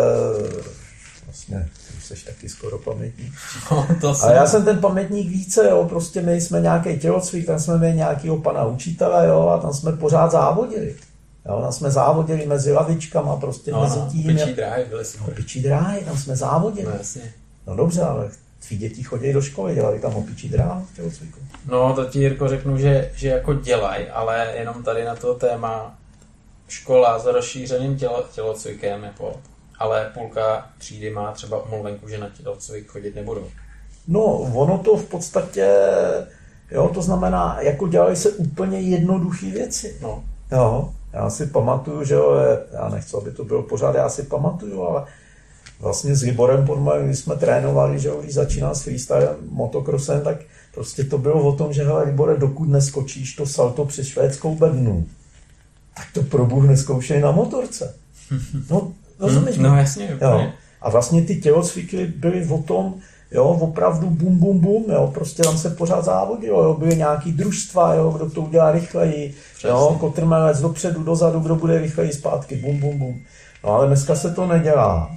vlastně jsi taky skoro pamětník. No, ale já jsem ten pamětník více, jo, prostě my jsme nějaký tělocvik, tam jsme měli nějakýho pana učitele, jo, a tam jsme pořád závodili. Jo, tam jsme závodili mezi lavičkama, prostě mezi tím. Pičí dráhy byly super. No, pičí dráhy, tam jsme závodili. No, jasně. No dobře, ale tví děti chodí do školy, dělali tam opičí dráhu v tělocviku. No, to ti, Jirko, řeknu, že jako dělají, ale jenom tady na to téma škola s rozšířeným tělocvikem jako, ale půlka třídy má třeba omluvenku, že na tělocvik chodit nebudou. No, ono to v podstatě, jo, to znamená, jako dělají se úplně jednoduché věci. No. Jo, já si pamatuju, že jo, já nechci, aby to bylo pořád, já si pamatuju, ale vlastně s Liborem Podmajem, když jsme trénovali, že jo, když začínal s freestyle motocrossem, tak prostě to bylo o tom, že hele, Libore, dokud neskočíš to salto přes švédskou bednu, tak to pro Bůh neskoušej na motorce. No, rozumíš? No jasně. Jo. A vlastně ty tělocviky byly o tom, jo, opravdu bum, bum, bum, jo, prostě tam se pořád závodilo, jo, byly nějaký družstva, jo, kdo to udělá rychleji, jo, kotrmelec dopředu, dozadu, kdo bude rychleji zpátky, bum, bum, bum. No ale dneska se to nedělá,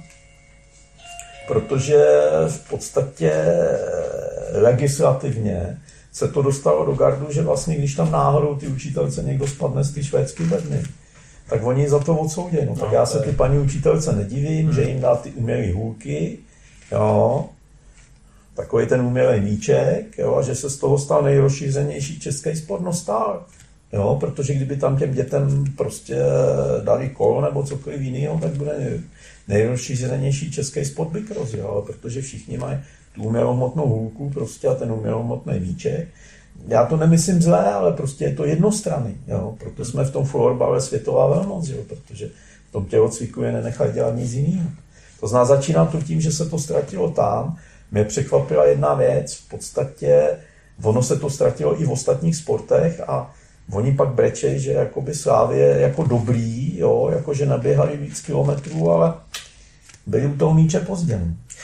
protože v podstatě legislativně se to dostalo do gardu, že vlastně, když tam náhodou ty učitelce někdo spadne z ty švédské bedny, tak oni za to odsoudí. No, tak já se ty paní učitelce nedivím, že jim dá ty umělý hůlky, jo, takový ten umělý míček, jo, a že se z toho stal nejrozšířenější český sport, no stál. Jo, protože kdyby tam těm dětem prostě dali kolo nebo cokoliv jiného, tak bude nejrozšířenější český sport bikros, jo, protože všichni mají tu umělohmotnou hůlku prostě a ten umělohmotný míček. Já to nemyslím zlé, ale prostě je to jednostranný, jo, proto jsme v tom florbale světová velmoc, jo, protože v tom tělocviku je nenechají dělat nic jiného. To znamená, začíná to tím, že se to ztratilo tam. Mě překvapila jedna věc, v podstatě ono se to ztratilo i v ostatních sportech a oni pak brečejí, že jakoby Slávě je jako dobrý, jo, jakože naběhali víc kilometrů, ale byli u toho míče pozdě.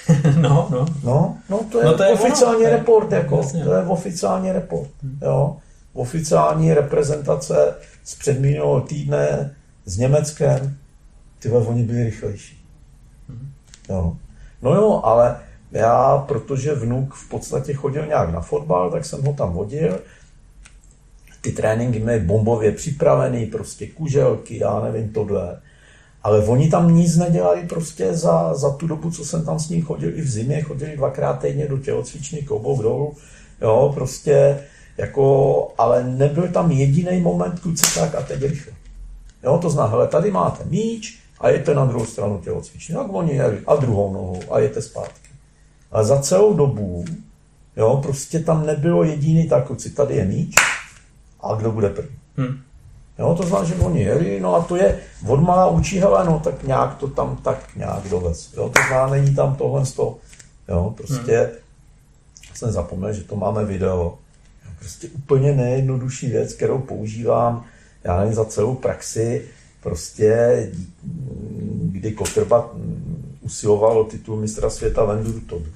No, to je oficiální report, jako, to je oficiální report, jo. Oficiální reprezentace z předminulého týdne s Německem, tyhle oni byli rychlejší. Jo. No jo, ale Já, protože vnuk v podstatě chodil nějak na fotbal, tak jsem ho tam vodil. Ty tréninky měly bombově připravený, prostě kuželky, já nevím tohle. Ale oni tam nic nedělali prostě za tu dobu, co jsem tam s ním chodil. I v zimě chodili 2krát týdně do tělocvičny, klobouk dolů. Jo, prostě jako, ale nebyl tam jediný moment, kluci, tak a teď rychle. Jo, to znamená, hele, tady máte míč a jete na druhou stranu tělocvičny. Jak oni jeli, a druhou nohou a jete zpátky. A za celou dobu, jo, prostě tam nebylo jediný, tak kluci, tady je míč a kdo bude první. Jo, to znamená, že oni jeli, no a to je odmala učí, hele, no tak nějak to tam tak nějak dovez. Jo, to znamená, není tam tohle z toho. Jo, prostě jsem zapomněl, že to máme video. Prostě úplně nejjednodušší věc, kterou používám, já nevím, za celou praxi, prostě kdy Kotrba usiloval o titul mistra světa v enduro.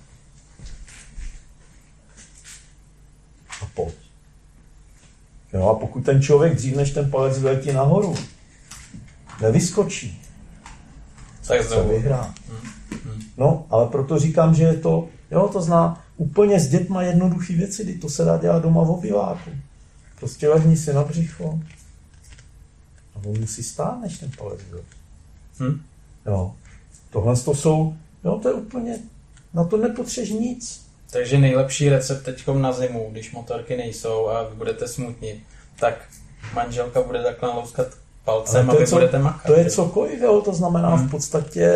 A pojď. Jo, a pokud ten člověk dřív, než ten palec vyletí nahoru, nevyskočí, tak se vyhrá. No, ale proto říkám, že je to, jo, to zná úplně s dětma jednoduchý věci, kdy to se dá dělat doma v obyváku. Prostě lehni si na břicho a on musí stát, než ten palec vyletí. Jo, tohle to jsou, jo, to je úplně, na to nepotřebuješ nic. Takže nejlepší recept teďkom na zimu, když motorky nejsou a vy budete smutní, tak manželka bude takhle louskat palcem a vy budete makat. To je cokoliv, jo, to znamená v podstatě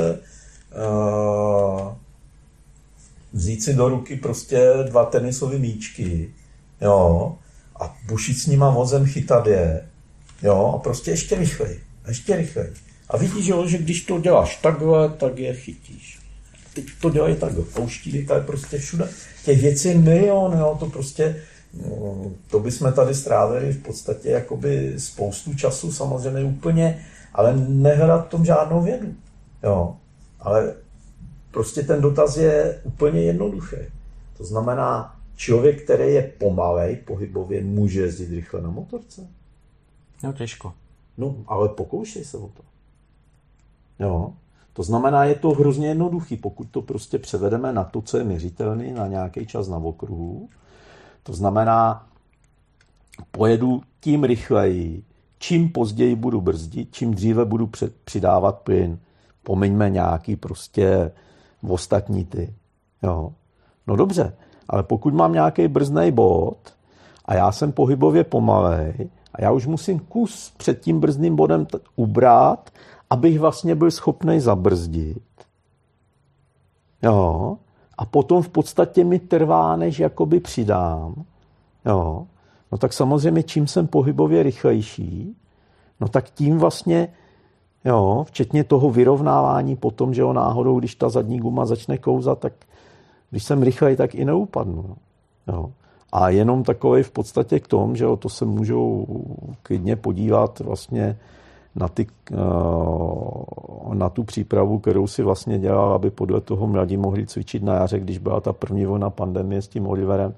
vzít si do ruky prostě 2 tenisové míčky, jo, a bušit s nima vozem, chytat je, jo, a prostě ještě rychleji. A vidíš, jo, že když to děláš takhle, tak je chytíš. Teď to dělají takhle, pouští, to je prostě všude. Těch věcí je milion, jo, to prostě, to bychom tady strávili v podstatě jakoby spoustu času, samozřejmě úplně, ale nehledat v tom žádnou vědu, jo. Ale prostě ten dotaz je úplně jednoduchý. To znamená, člověk, který je pomalej pohybově, může jezdit rychle na motorce? No těžko. No, ale pokoušej se o to. Jo. To znamená, je to hrozně jednoduchý, pokud to prostě převedeme na to, co je měřitelný, na nějaký čas na okruhu. To znamená, pojedu tím rychleji, čím později budu brzdit, čím dříve budu přidávat plyn. Pomiňme nějaký prostě ostatní ty. Jo. No dobře, ale pokud mám nějaký brzdnej bod a já jsem pohybově pomalej a já už musím kus před tím brzdným bodem ubrat, abych vlastně byl schopný zabrzdit. Jo. A potom v podstatě mi trvá, než jakoby přidám. Jo. No tak samozřejmě, čím jsem pohybově rychlejší, no tak tím vlastně, jo, včetně toho vyrovnávání potom, že jo, náhodou, když ta zadní guma začne kouzat, tak když jsem rychlej, tak i neupadnu. Jo. A jenom takový v podstatě k tomu, že jo, to se můžou klidně podívat vlastně na tu přípravu, kterou si vlastně dělal, aby podle toho mladí mohli cvičit na jaře, když byla ta první vlna pandemie s tím Oliverem.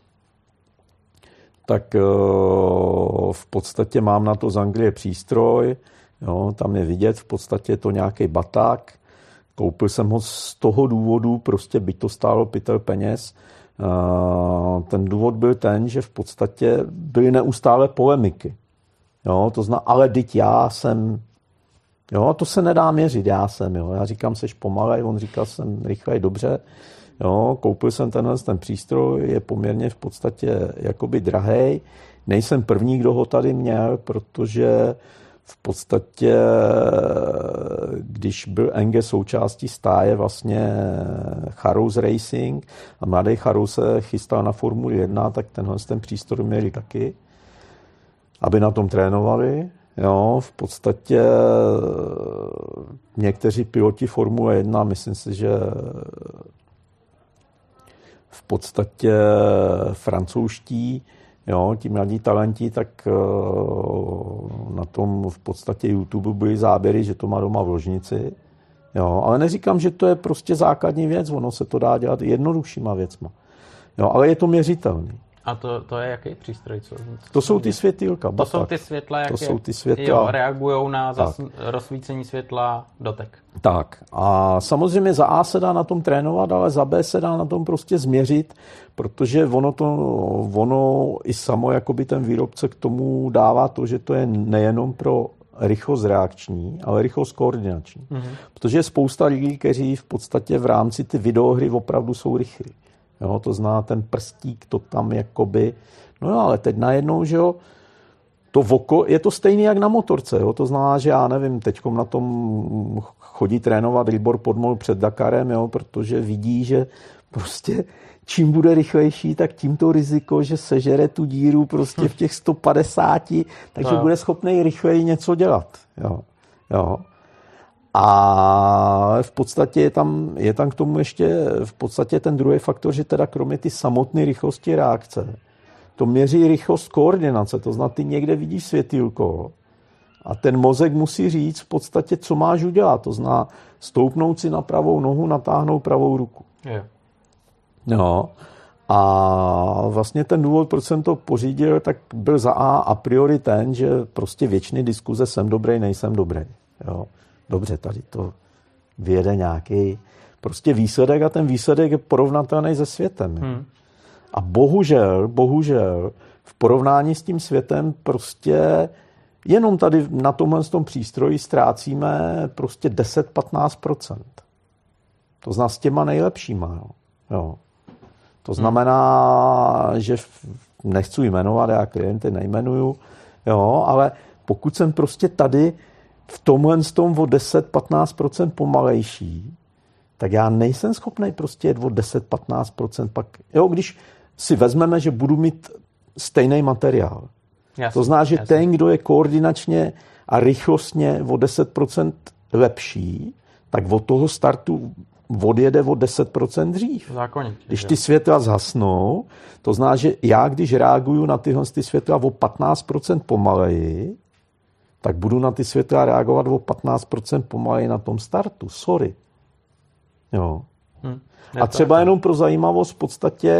Tak v podstatě mám na to z Anglie přístroj, jo, tam je vidět, v podstatě je to nějaký baták. Koupil jsem ho z toho důvodu, prostě byť to stálo pytel peněz. Ten důvod byl ten, že v podstatě byly neustále polemiky. Jo, to zná, ale teď já jsem, jo, to se nedá měřit, já jsem, jo, já říkám, seš pomalej, on říkal, jsem rychlej, dobře, jo, koupil jsem ten přístroj, je poměrně v podstatě jakoby drahej, nejsem první, kdo ho tady měl, protože v podstatě, když byl Enge součástí stáje vlastně Charous Racing a mladý Charous se chystal na Formuli 1, tak ten přístroj měli taky, aby na tom trénovali. Jo, v podstatě někteří piloti Formule 1, myslím si, že v podstatě francouzští, jo, ti mladí talenti, tak na tom v podstatě YouTube byly záběry, že to má doma v ložnici. Jo, ale neříkám, že to je prostě základní věc, ono se to dá dělat jednoduššíma věcma. Jo, ale je to měřitelný. A to je jaký přístroj? To jsou ty světýlka. To jsou ty světla, jak to jsou ty světla. Reagují na rozsvícení světla dotek. Tak a samozřejmě za A se dá na tom trénovat, ale za B se dá na tom prostě změřit, protože ono i samo jakoby ten výrobce k tomu dává to, že to je nejenom pro rychlost reakční, ale rychlost koordinační. Mm-hmm. Protože je spousta lidí, kteří v podstatě v rámci ty videohry opravdu jsou rychlí. Jo, to zná ten prstík, to tam jakoby... No jo, ale teď najednou, že jo, to voko, je to stejný jak na motorce, jo, to znamená, že já nevím, teďkom na tom chodí trénovat Libor Podmol před Dakarem, jo, protože vidí, že prostě čím bude rychlejší, tak tím to riziko, že sežere tu díru prostě v těch 150, takže bude schopný rychleji něco dělat. Jo. A v podstatě je tam k tomu ještě v podstatě ten druhý faktor, že teda kromě ty samotné rychlosti reakce, to měří rychlost koordinace, to znamená, ty někde vidíš světýlko a ten mozek musí říct v podstatě, co máš udělat. To znamená stoupnout si na pravou nohu, natáhnout pravou ruku. Yeah. No. A vlastně ten důvod, proč jsem to pořídil, tak byl za a priori ten, že prostě věčný diskuze jsem dobrý, nejsem dobrý. Jo. Dobře, tady to vyjede nějaký prostě výsledek a ten výsledek je porovnatelný se světem. A bohužel v porovnání s tím světem prostě jenom tady na tomhle tom přístroji ztrácíme prostě 10-15%. To znamená s těma nejlepšíma. Jo. To znamená, že nechci jmenovat, já klienty nejmenuju, jo, ale pokud jsem prostě tady v tomhle tom o 10-15% pomalejší, tak já nejsem schopný prostě jet o 10-15% pak. Jo, když si vezmeme, že budu mít stejný materiál. Jasně, to znamená, že ten, kdo je koordinačně a rychlostně o 10% lepší, tak od toho startu odjede o 10% dřív. Zákonitě. Když ty světla zhasnou, to znamená, že já, když reaguju na tyhle světla o 15% pomaleji, tak budu na ty světla reagovat o 15% pomaleji na tom startu. Sorry. Jo. A třeba jenom pro zajímavost v podstatě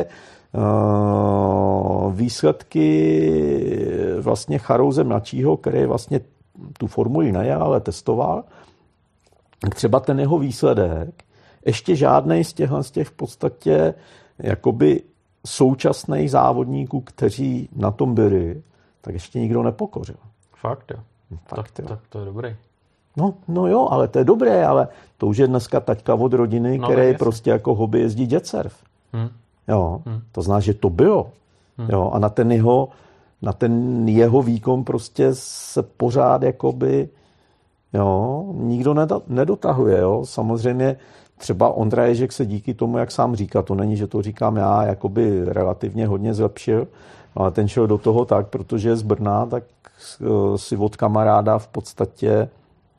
výsledky vlastně Charouze mladšího, který vlastně tu formuli nejel, ale testoval, třeba ten jeho výsledek, ještě žádnej z těch v podstatě jakoby současných závodníků, kteří na tom byli, tak ještě nikdo nepokořil. Fakt jo. Tak to je dobrý. No jo, ale to je dobré, ale to už je dneska taťka od rodiny, který prostě jako hobby jezdí jet surf. Jo, to znamená, že to bylo. Jo, a na ten jeho výkon prostě se pořád jakoby nikdo nedotahuje. Jo. Samozřejmě třeba Ondra Ježek se díky tomu, jak sám říká, to není, že to říkám já, jakoby relativně hodně zlepšil, ale ten šel do toho tak, protože je z Brna, tak si od kamaráda v podstatě,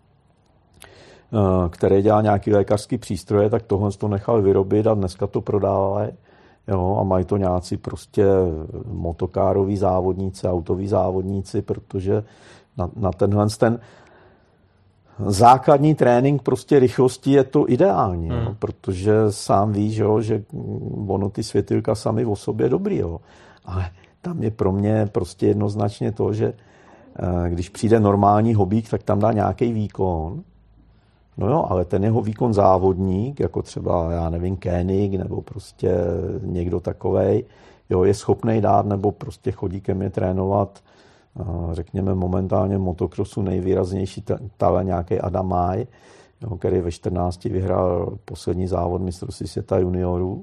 který dělá nějaký lékařský přístroje, tak tohle to nechal vyrobit a dneska to prodávají. Jo, a mají to nějací prostě motokároví závodníci, autoví závodníci, protože na tenhle ten základní trénink prostě rychlosti je to ideální, jo, protože sám víš, jo, že ono ty světýlka sami o sobě dobrý, jo. Ale tam je pro mě prostě jednoznačně to, že když přijde normální hobík, tak tam dá nějaký výkon. No jo, ale ten jeho výkon závodník, jako třeba, já nevím, Koenig, nebo prostě někdo takovej, jo, je schopnej dát, nebo prostě chodí ke mně trénovat, řekněme momentálně motokrosu nejvýraznější talent nějaký Adam Maj, jo, který ve 14 vyhrál poslední závod mistrovství světa juniorů.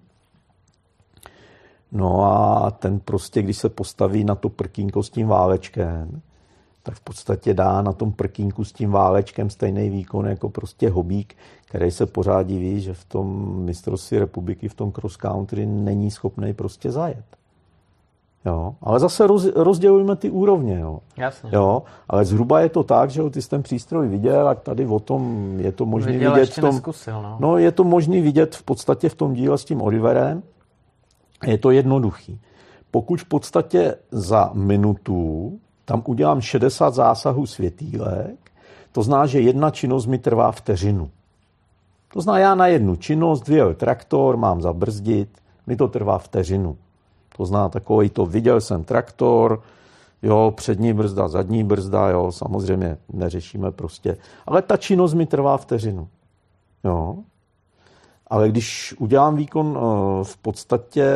No a ten prostě, když se postaví na to prkínko s tím válečkem, tak v podstatě dá na tom prkínku s tím válečkem stejný výkon jako prostě hobík, který se pořád diví, že v tom mistrovství republiky, v tom cross country není schopný prostě zajet. Jo, ale zase rozdělujeme ty úrovně. Jo. Jasně. Jo, ale zhruba je to tak, že ty jsi ten přístroj viděl a tady o tom je to možný vidět v tom. Neskusil, no, je to možný vidět v podstatě v tom díle s tím Oliverem. Je to jednoduchý. Pokud v podstatě za minutu tam udělám 60 zásahů světýlek, to znamená, že jedna činnost mi trvá vteřinu. To znamená, já na jednu činnost vyjel traktor, mám zabrzdit, mi to trvá vteřinu. To zná takový to, viděl jsem traktor, jo, přední brzda, zadní brzda, jo, samozřejmě neřešíme prostě. Ale ta činnost mi trvá vteřinu. Jo. Ale když udělám výkon v podstatě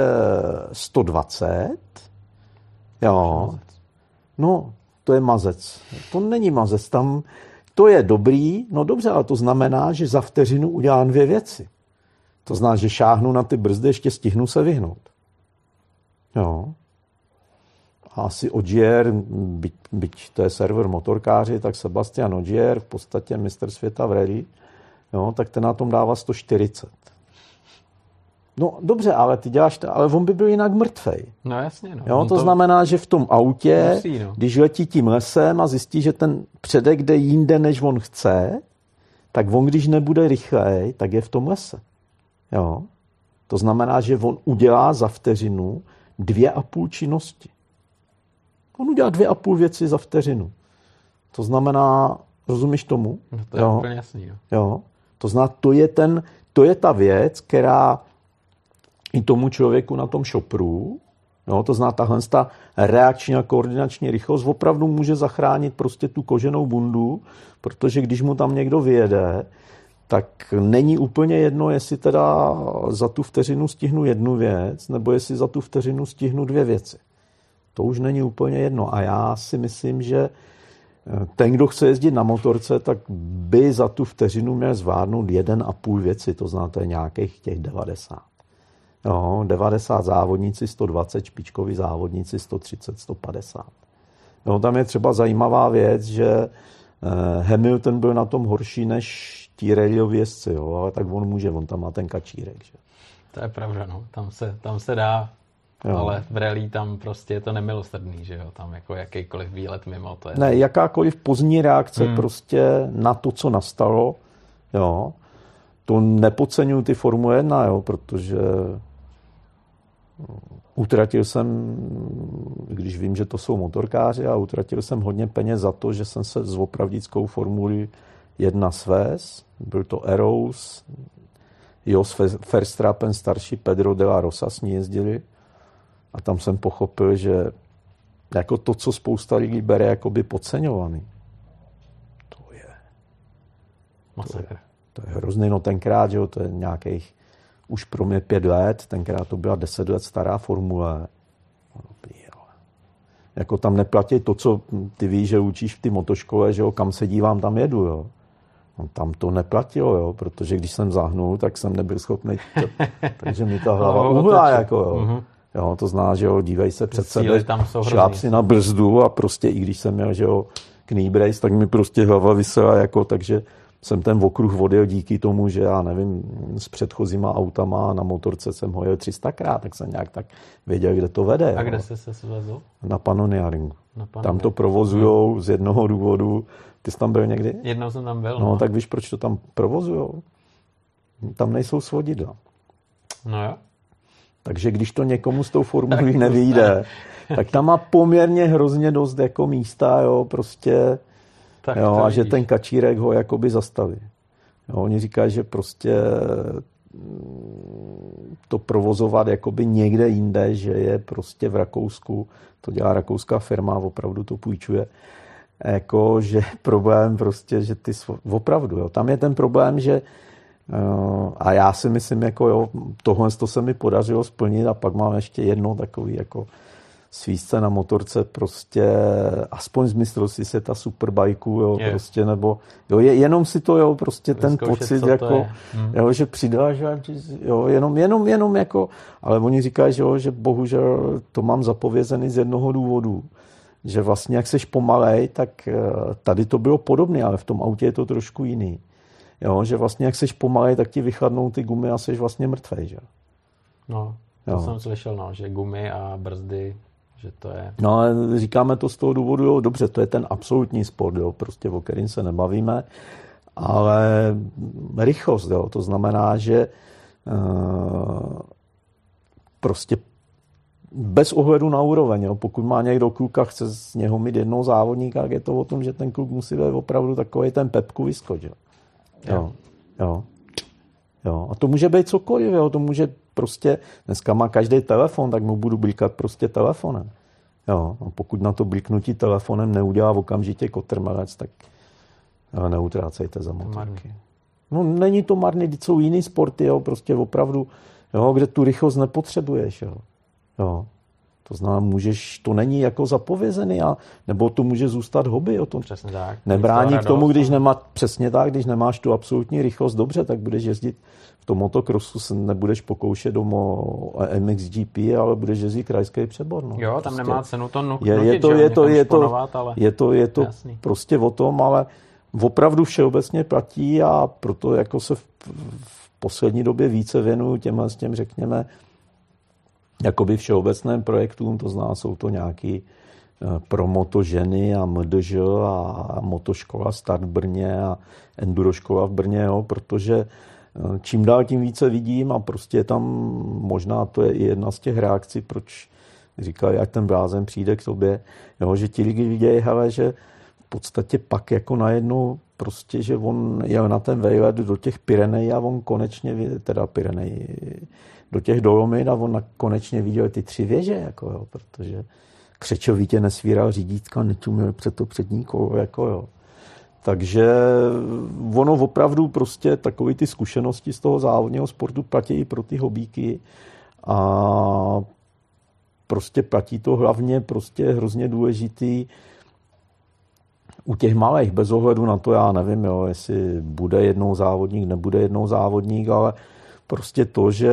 120, jo, no, to je mazec. To není mazec, tam to je dobrý, no dobře, ale to znamená, že za vteřinu udělám 2 věci. To znamená, že šáhnu na ty brzdy, ještě stihnu se vyhnout. Jo. A asi Ogier, byť to je server motorkáři, tak Sebastian Ogier, v podstatě mistr světa v rally, jo, tak ten na tom dává 140. No dobře, ale ty děláš ale on by byl jinak mrtvej. No jasně. No. Jo, to znamená, že v tom autě, musí, no. Když letí tím lesem a zjistí, že ten předek jde jinde, než on chce, tak on, když nebude rychlej, tak je v tom lese. Jo. To znamená, že on udělá za vteřinu 2,5 činnosti. On udělá 2,5 věci za vteřinu. To znamená, rozumíš tomu? No to je úplně jasný. Jo. Jo. To znamená, to je ta věc, která i tomu člověku na tom šopru, jo, to znamená, tahle reakční a koordinační rychlost opravdu může zachránit prostě tu koženou bundu, protože když mu tam někdo vyjede, tak není úplně jedno, jestli teda za tu vteřinu stihnu 1 věc, nebo jestli za tu vteřinu stihnu 2 věci. To už není úplně jedno. A já si myslím, že ten, kdo chce jezdit na motorce, tak by za tu vteřinu měl zvládnout 1,5 věci. To znamená, to je nějakých těch 90. Jo, 90 závodníci, 120 špičkoví závodníci, 130, 150. Jo, tam je třeba zajímavá věc, že Hamilton byl na tom horší než tí rallyový jezdci, jo, ale tak on tam má ten kačírek. Že? To je pravda, no. Tam se dá, jo. Ale v rally tam prostě je to nemilosrdný, že jo, tam jako jakýkoliv výlet mimo to je. Ne, jakákoliv pozdní reakce prostě na to, co nastalo, jo, to nepodceňuji ty Formule 1, jo, protože utratil jsem, když vím, že to jsou motorkáři, a utratil jsem hodně peněz za to, že jsem se s opravdickou Formuli 1 svez. Byl to Eros, Jos Verstappen starší, Pedro de la Rosa s ní jezdili. A tam jsem pochopil, že jako to, co spousta lidí bere jakoby podceňovaný, to je masakr. To je hrozný, no tenkrát, že jo, to je nějakých už pro mě 5 let, tenkrát to byla 10 let stará formule. Jako tam neplatí to, co ty víš, že učíš v té motoškole, že jo, kam se dívám, tam jedu, jo. No, tam to neplatilo, jo, protože když jsem zahnul, tak jsem nebyl schopný, takže mi ta hlava uhla, jako jo. Mm-hmm. Jo, to zná, že jo, dívej se před sebe, šláp si na brzdu a prostě i když jsem měl, že jo, knee brace, tak mi prostě hlava vysela, jako, takže jsem ten okruh odjel díky tomu, že já nevím, s předchozíma autama na motorce jsem ho jel 300krát, tak jsem nějak tak věděl, kde to vede. A kde jsi se svezl? Na Pannoniaringu. Tam to provozujou z jednoho důvodu. Ty jsi tam byl někdy? Jednou jsem tam byl. No, tak víš, proč to tam provozujou? Tam nejsou svodidla. No jo. Takže když to někomu s tou formulí nevyjde, tak tam má poměrně hrozně dost jako místa, jo, prostě. Jo, a že ten kačírek ho jakoby zastaví. Jo, oni říkají, že prostě to provozovat jakoby někde jinde, že je prostě v Rakousku, to dělá rakouská firma, opravdu to půjčuje, jako, že problém prostě, že ty opravdu, jo, tam je ten problém, že a já si myslím, jako jo, tohle to se mi podařilo splnit a pak mám ještě jedno takový jako svízce na motorce, prostě aspoň z mistrovství světa superbajku, jo, prostě, nebo jo, jenom si to, jo, prostě ten pocit, jako, jo, že přidáš, jo, jenom jako, ale oni říkají, že bohužel to mám zapovězený z jednoho důvodu, že vlastně jak seš pomalej, tak tady to bylo podobné, ale v tom autě je to trošku jiný. Jo, že vlastně jak seš pomalej, tak ti vychladnou ty gumy a seš vlastně mrtvej, že? No, to jsem slyšel, no, že gumy a brzdy, že to je... No, ale říkáme to z toho důvodu, jo, dobře, to je ten absolutní sport, jo, prostě o kterým se nebavíme, ale rychlost, jo, to znamená, že prostě bez ohledu na úroveň, jo, pokud má někdo kluka, chce z něho mít jednoho závodníka, tak je to o tom, že ten kluk musí být opravdu takový ten Pepku vyskok, jo. Jo. A to může být cokoliv, jo, to může prostě, dneska má každý telefon, tak mu budu blikat prostě telefonem. Jo, a pokud na to bliknutí telefonem neudělá okamžitě kotrmelec, tak neutrácejte za motorky. No není to marný, když jsou jiný sporty, jo, prostě opravdu, jo, kde tu rychlost nepotřebuješ, jo. To znamená, to není jako zapovězený, nebo to může zůstat hobby. Jo. To přesně tak. nebrání k tomu, když nemáš tu absolutní rychlost, dobře, tak budeš jezdit v tom motokrosu, nebudeš pokoušet o MXGP, ale budeš jezdit krajský přebor. No. Jo, tam nemá cenu to nutit, je to prostě o tom, ale opravdu všeobecně platí a proto jako se v poslední době více věnuju těm, řekněme, jakoby všeobecným projektům, to znamená, jsou to nějaký pro motoženy a MDŽ a motoškola Start v Brně a enduroškola v Brně, jo, protože čím dál tím více vidím a prostě tam možná to je i jedna z těch reakcí, proč říkají, ať ten blázen přijde k tobě, jo, že ti lidi vidějí, hele, že v podstatě pak jako najednou prostě, že on jel na ten vejlet do těch Pyrenejí a on konečně, do těch Dolomit a on konečně viděl ty 3 věže, jako jo, protože křečovitě nesvíral řídítka, nečuměl před to přední kolo, jako jo. Takže ono opravdu prostě takové ty zkušenosti z toho závodního sportu platí i pro ty hobíky a prostě platí to hlavně prostě hrozně důležitý u těch malých, bez ohledu na to, já nevím, jo, jestli bude jednou závodník, nebude jednou závodník, ale prostě to, že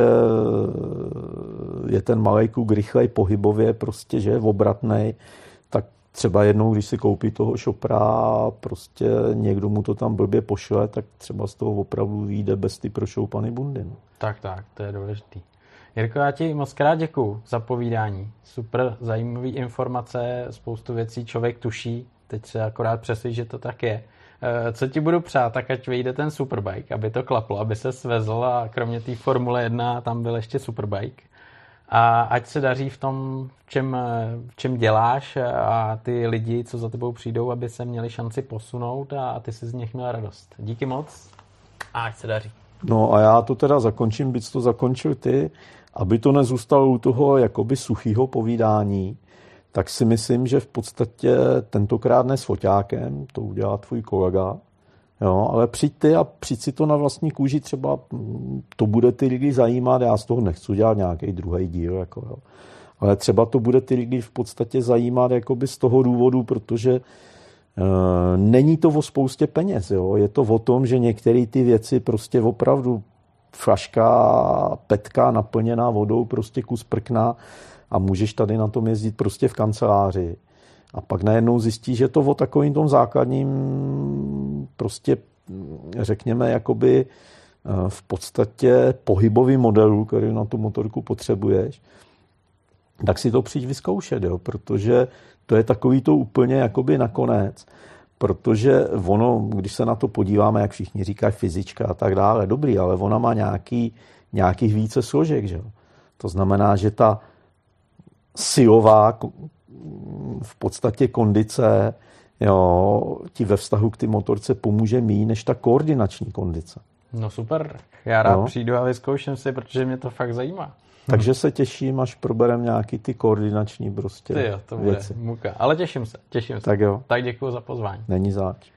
je ten malej kluk rychlej pohybově, prostě, že je obratnej, tak třeba jednou, když si koupí toho šopra a prostě někdo mu to tam blbě pošle, tak třeba z toho opravdu vyjde bez ty prošoupaný bundy. No. Tak, to je důležitý. Jirko, já ti moc krát děkuju za povídání. Super zajímavý informace, spoustu věcí člověk tuší, teď se akorát přesvědčí, že to tak je. Co ti budu přát, tak ať vyjde ten Superbike, aby to klaplo, aby se svezl a kromě té Formule 1 tam byl ještě Superbike. A ať se daří v tom, v čem děláš a ty lidi, co za tebou přijdou, aby se měli šanci posunout a ty si z nich měl radost. Díky moc a ať se daří. No a já to teda zakončím, byť to zakončil ty, aby to nezůstalo u toho jakoby suchýho povídání, tak si myslím, že v podstatě tentokrát ne s foťákem, to udělá tvůj kolega, jo, ale přijď si to na vlastní kůži, třeba to bude ty lidi zajímat, já z toho nechci dělat nějaký druhý díl, jako, jo. Ale třeba to bude ty lidi v podstatě zajímat jakoby z toho důvodu, protože není to o spoustě peněz, jo. Je to o tom, že některé ty věci prostě opravdu flaška, petka naplněná vodou, prostě kus prkna a můžeš tady na tom jezdit prostě v kanceláři. A pak najednou zjistíš, že to o takovým tom základním prostě řekněme jakoby v podstatě pohybový modelu, který na tu motorku potřebuješ, tak si to přijď vyzkoušet, jo, protože to je takový to úplně jakoby nakonec, protože ono, když se na to podíváme, jak všichni říkají fyzička a tak dále, dobrý, ale ona má nějakých více složek, že jo. To znamená, že ta silová v podstatě kondice, jo, ti ve vztahu k ty motorce pomůže méně než ta koordinační kondice. No super, já rád přijdu a vyzkouším si, protože mě to fakt zajímá. Takže se těším, až proberem nějaký ty koordinační prostě to bude věci. Muka. Ale těším se. Tak jo. Tak děkuji za pozvání. Není zač.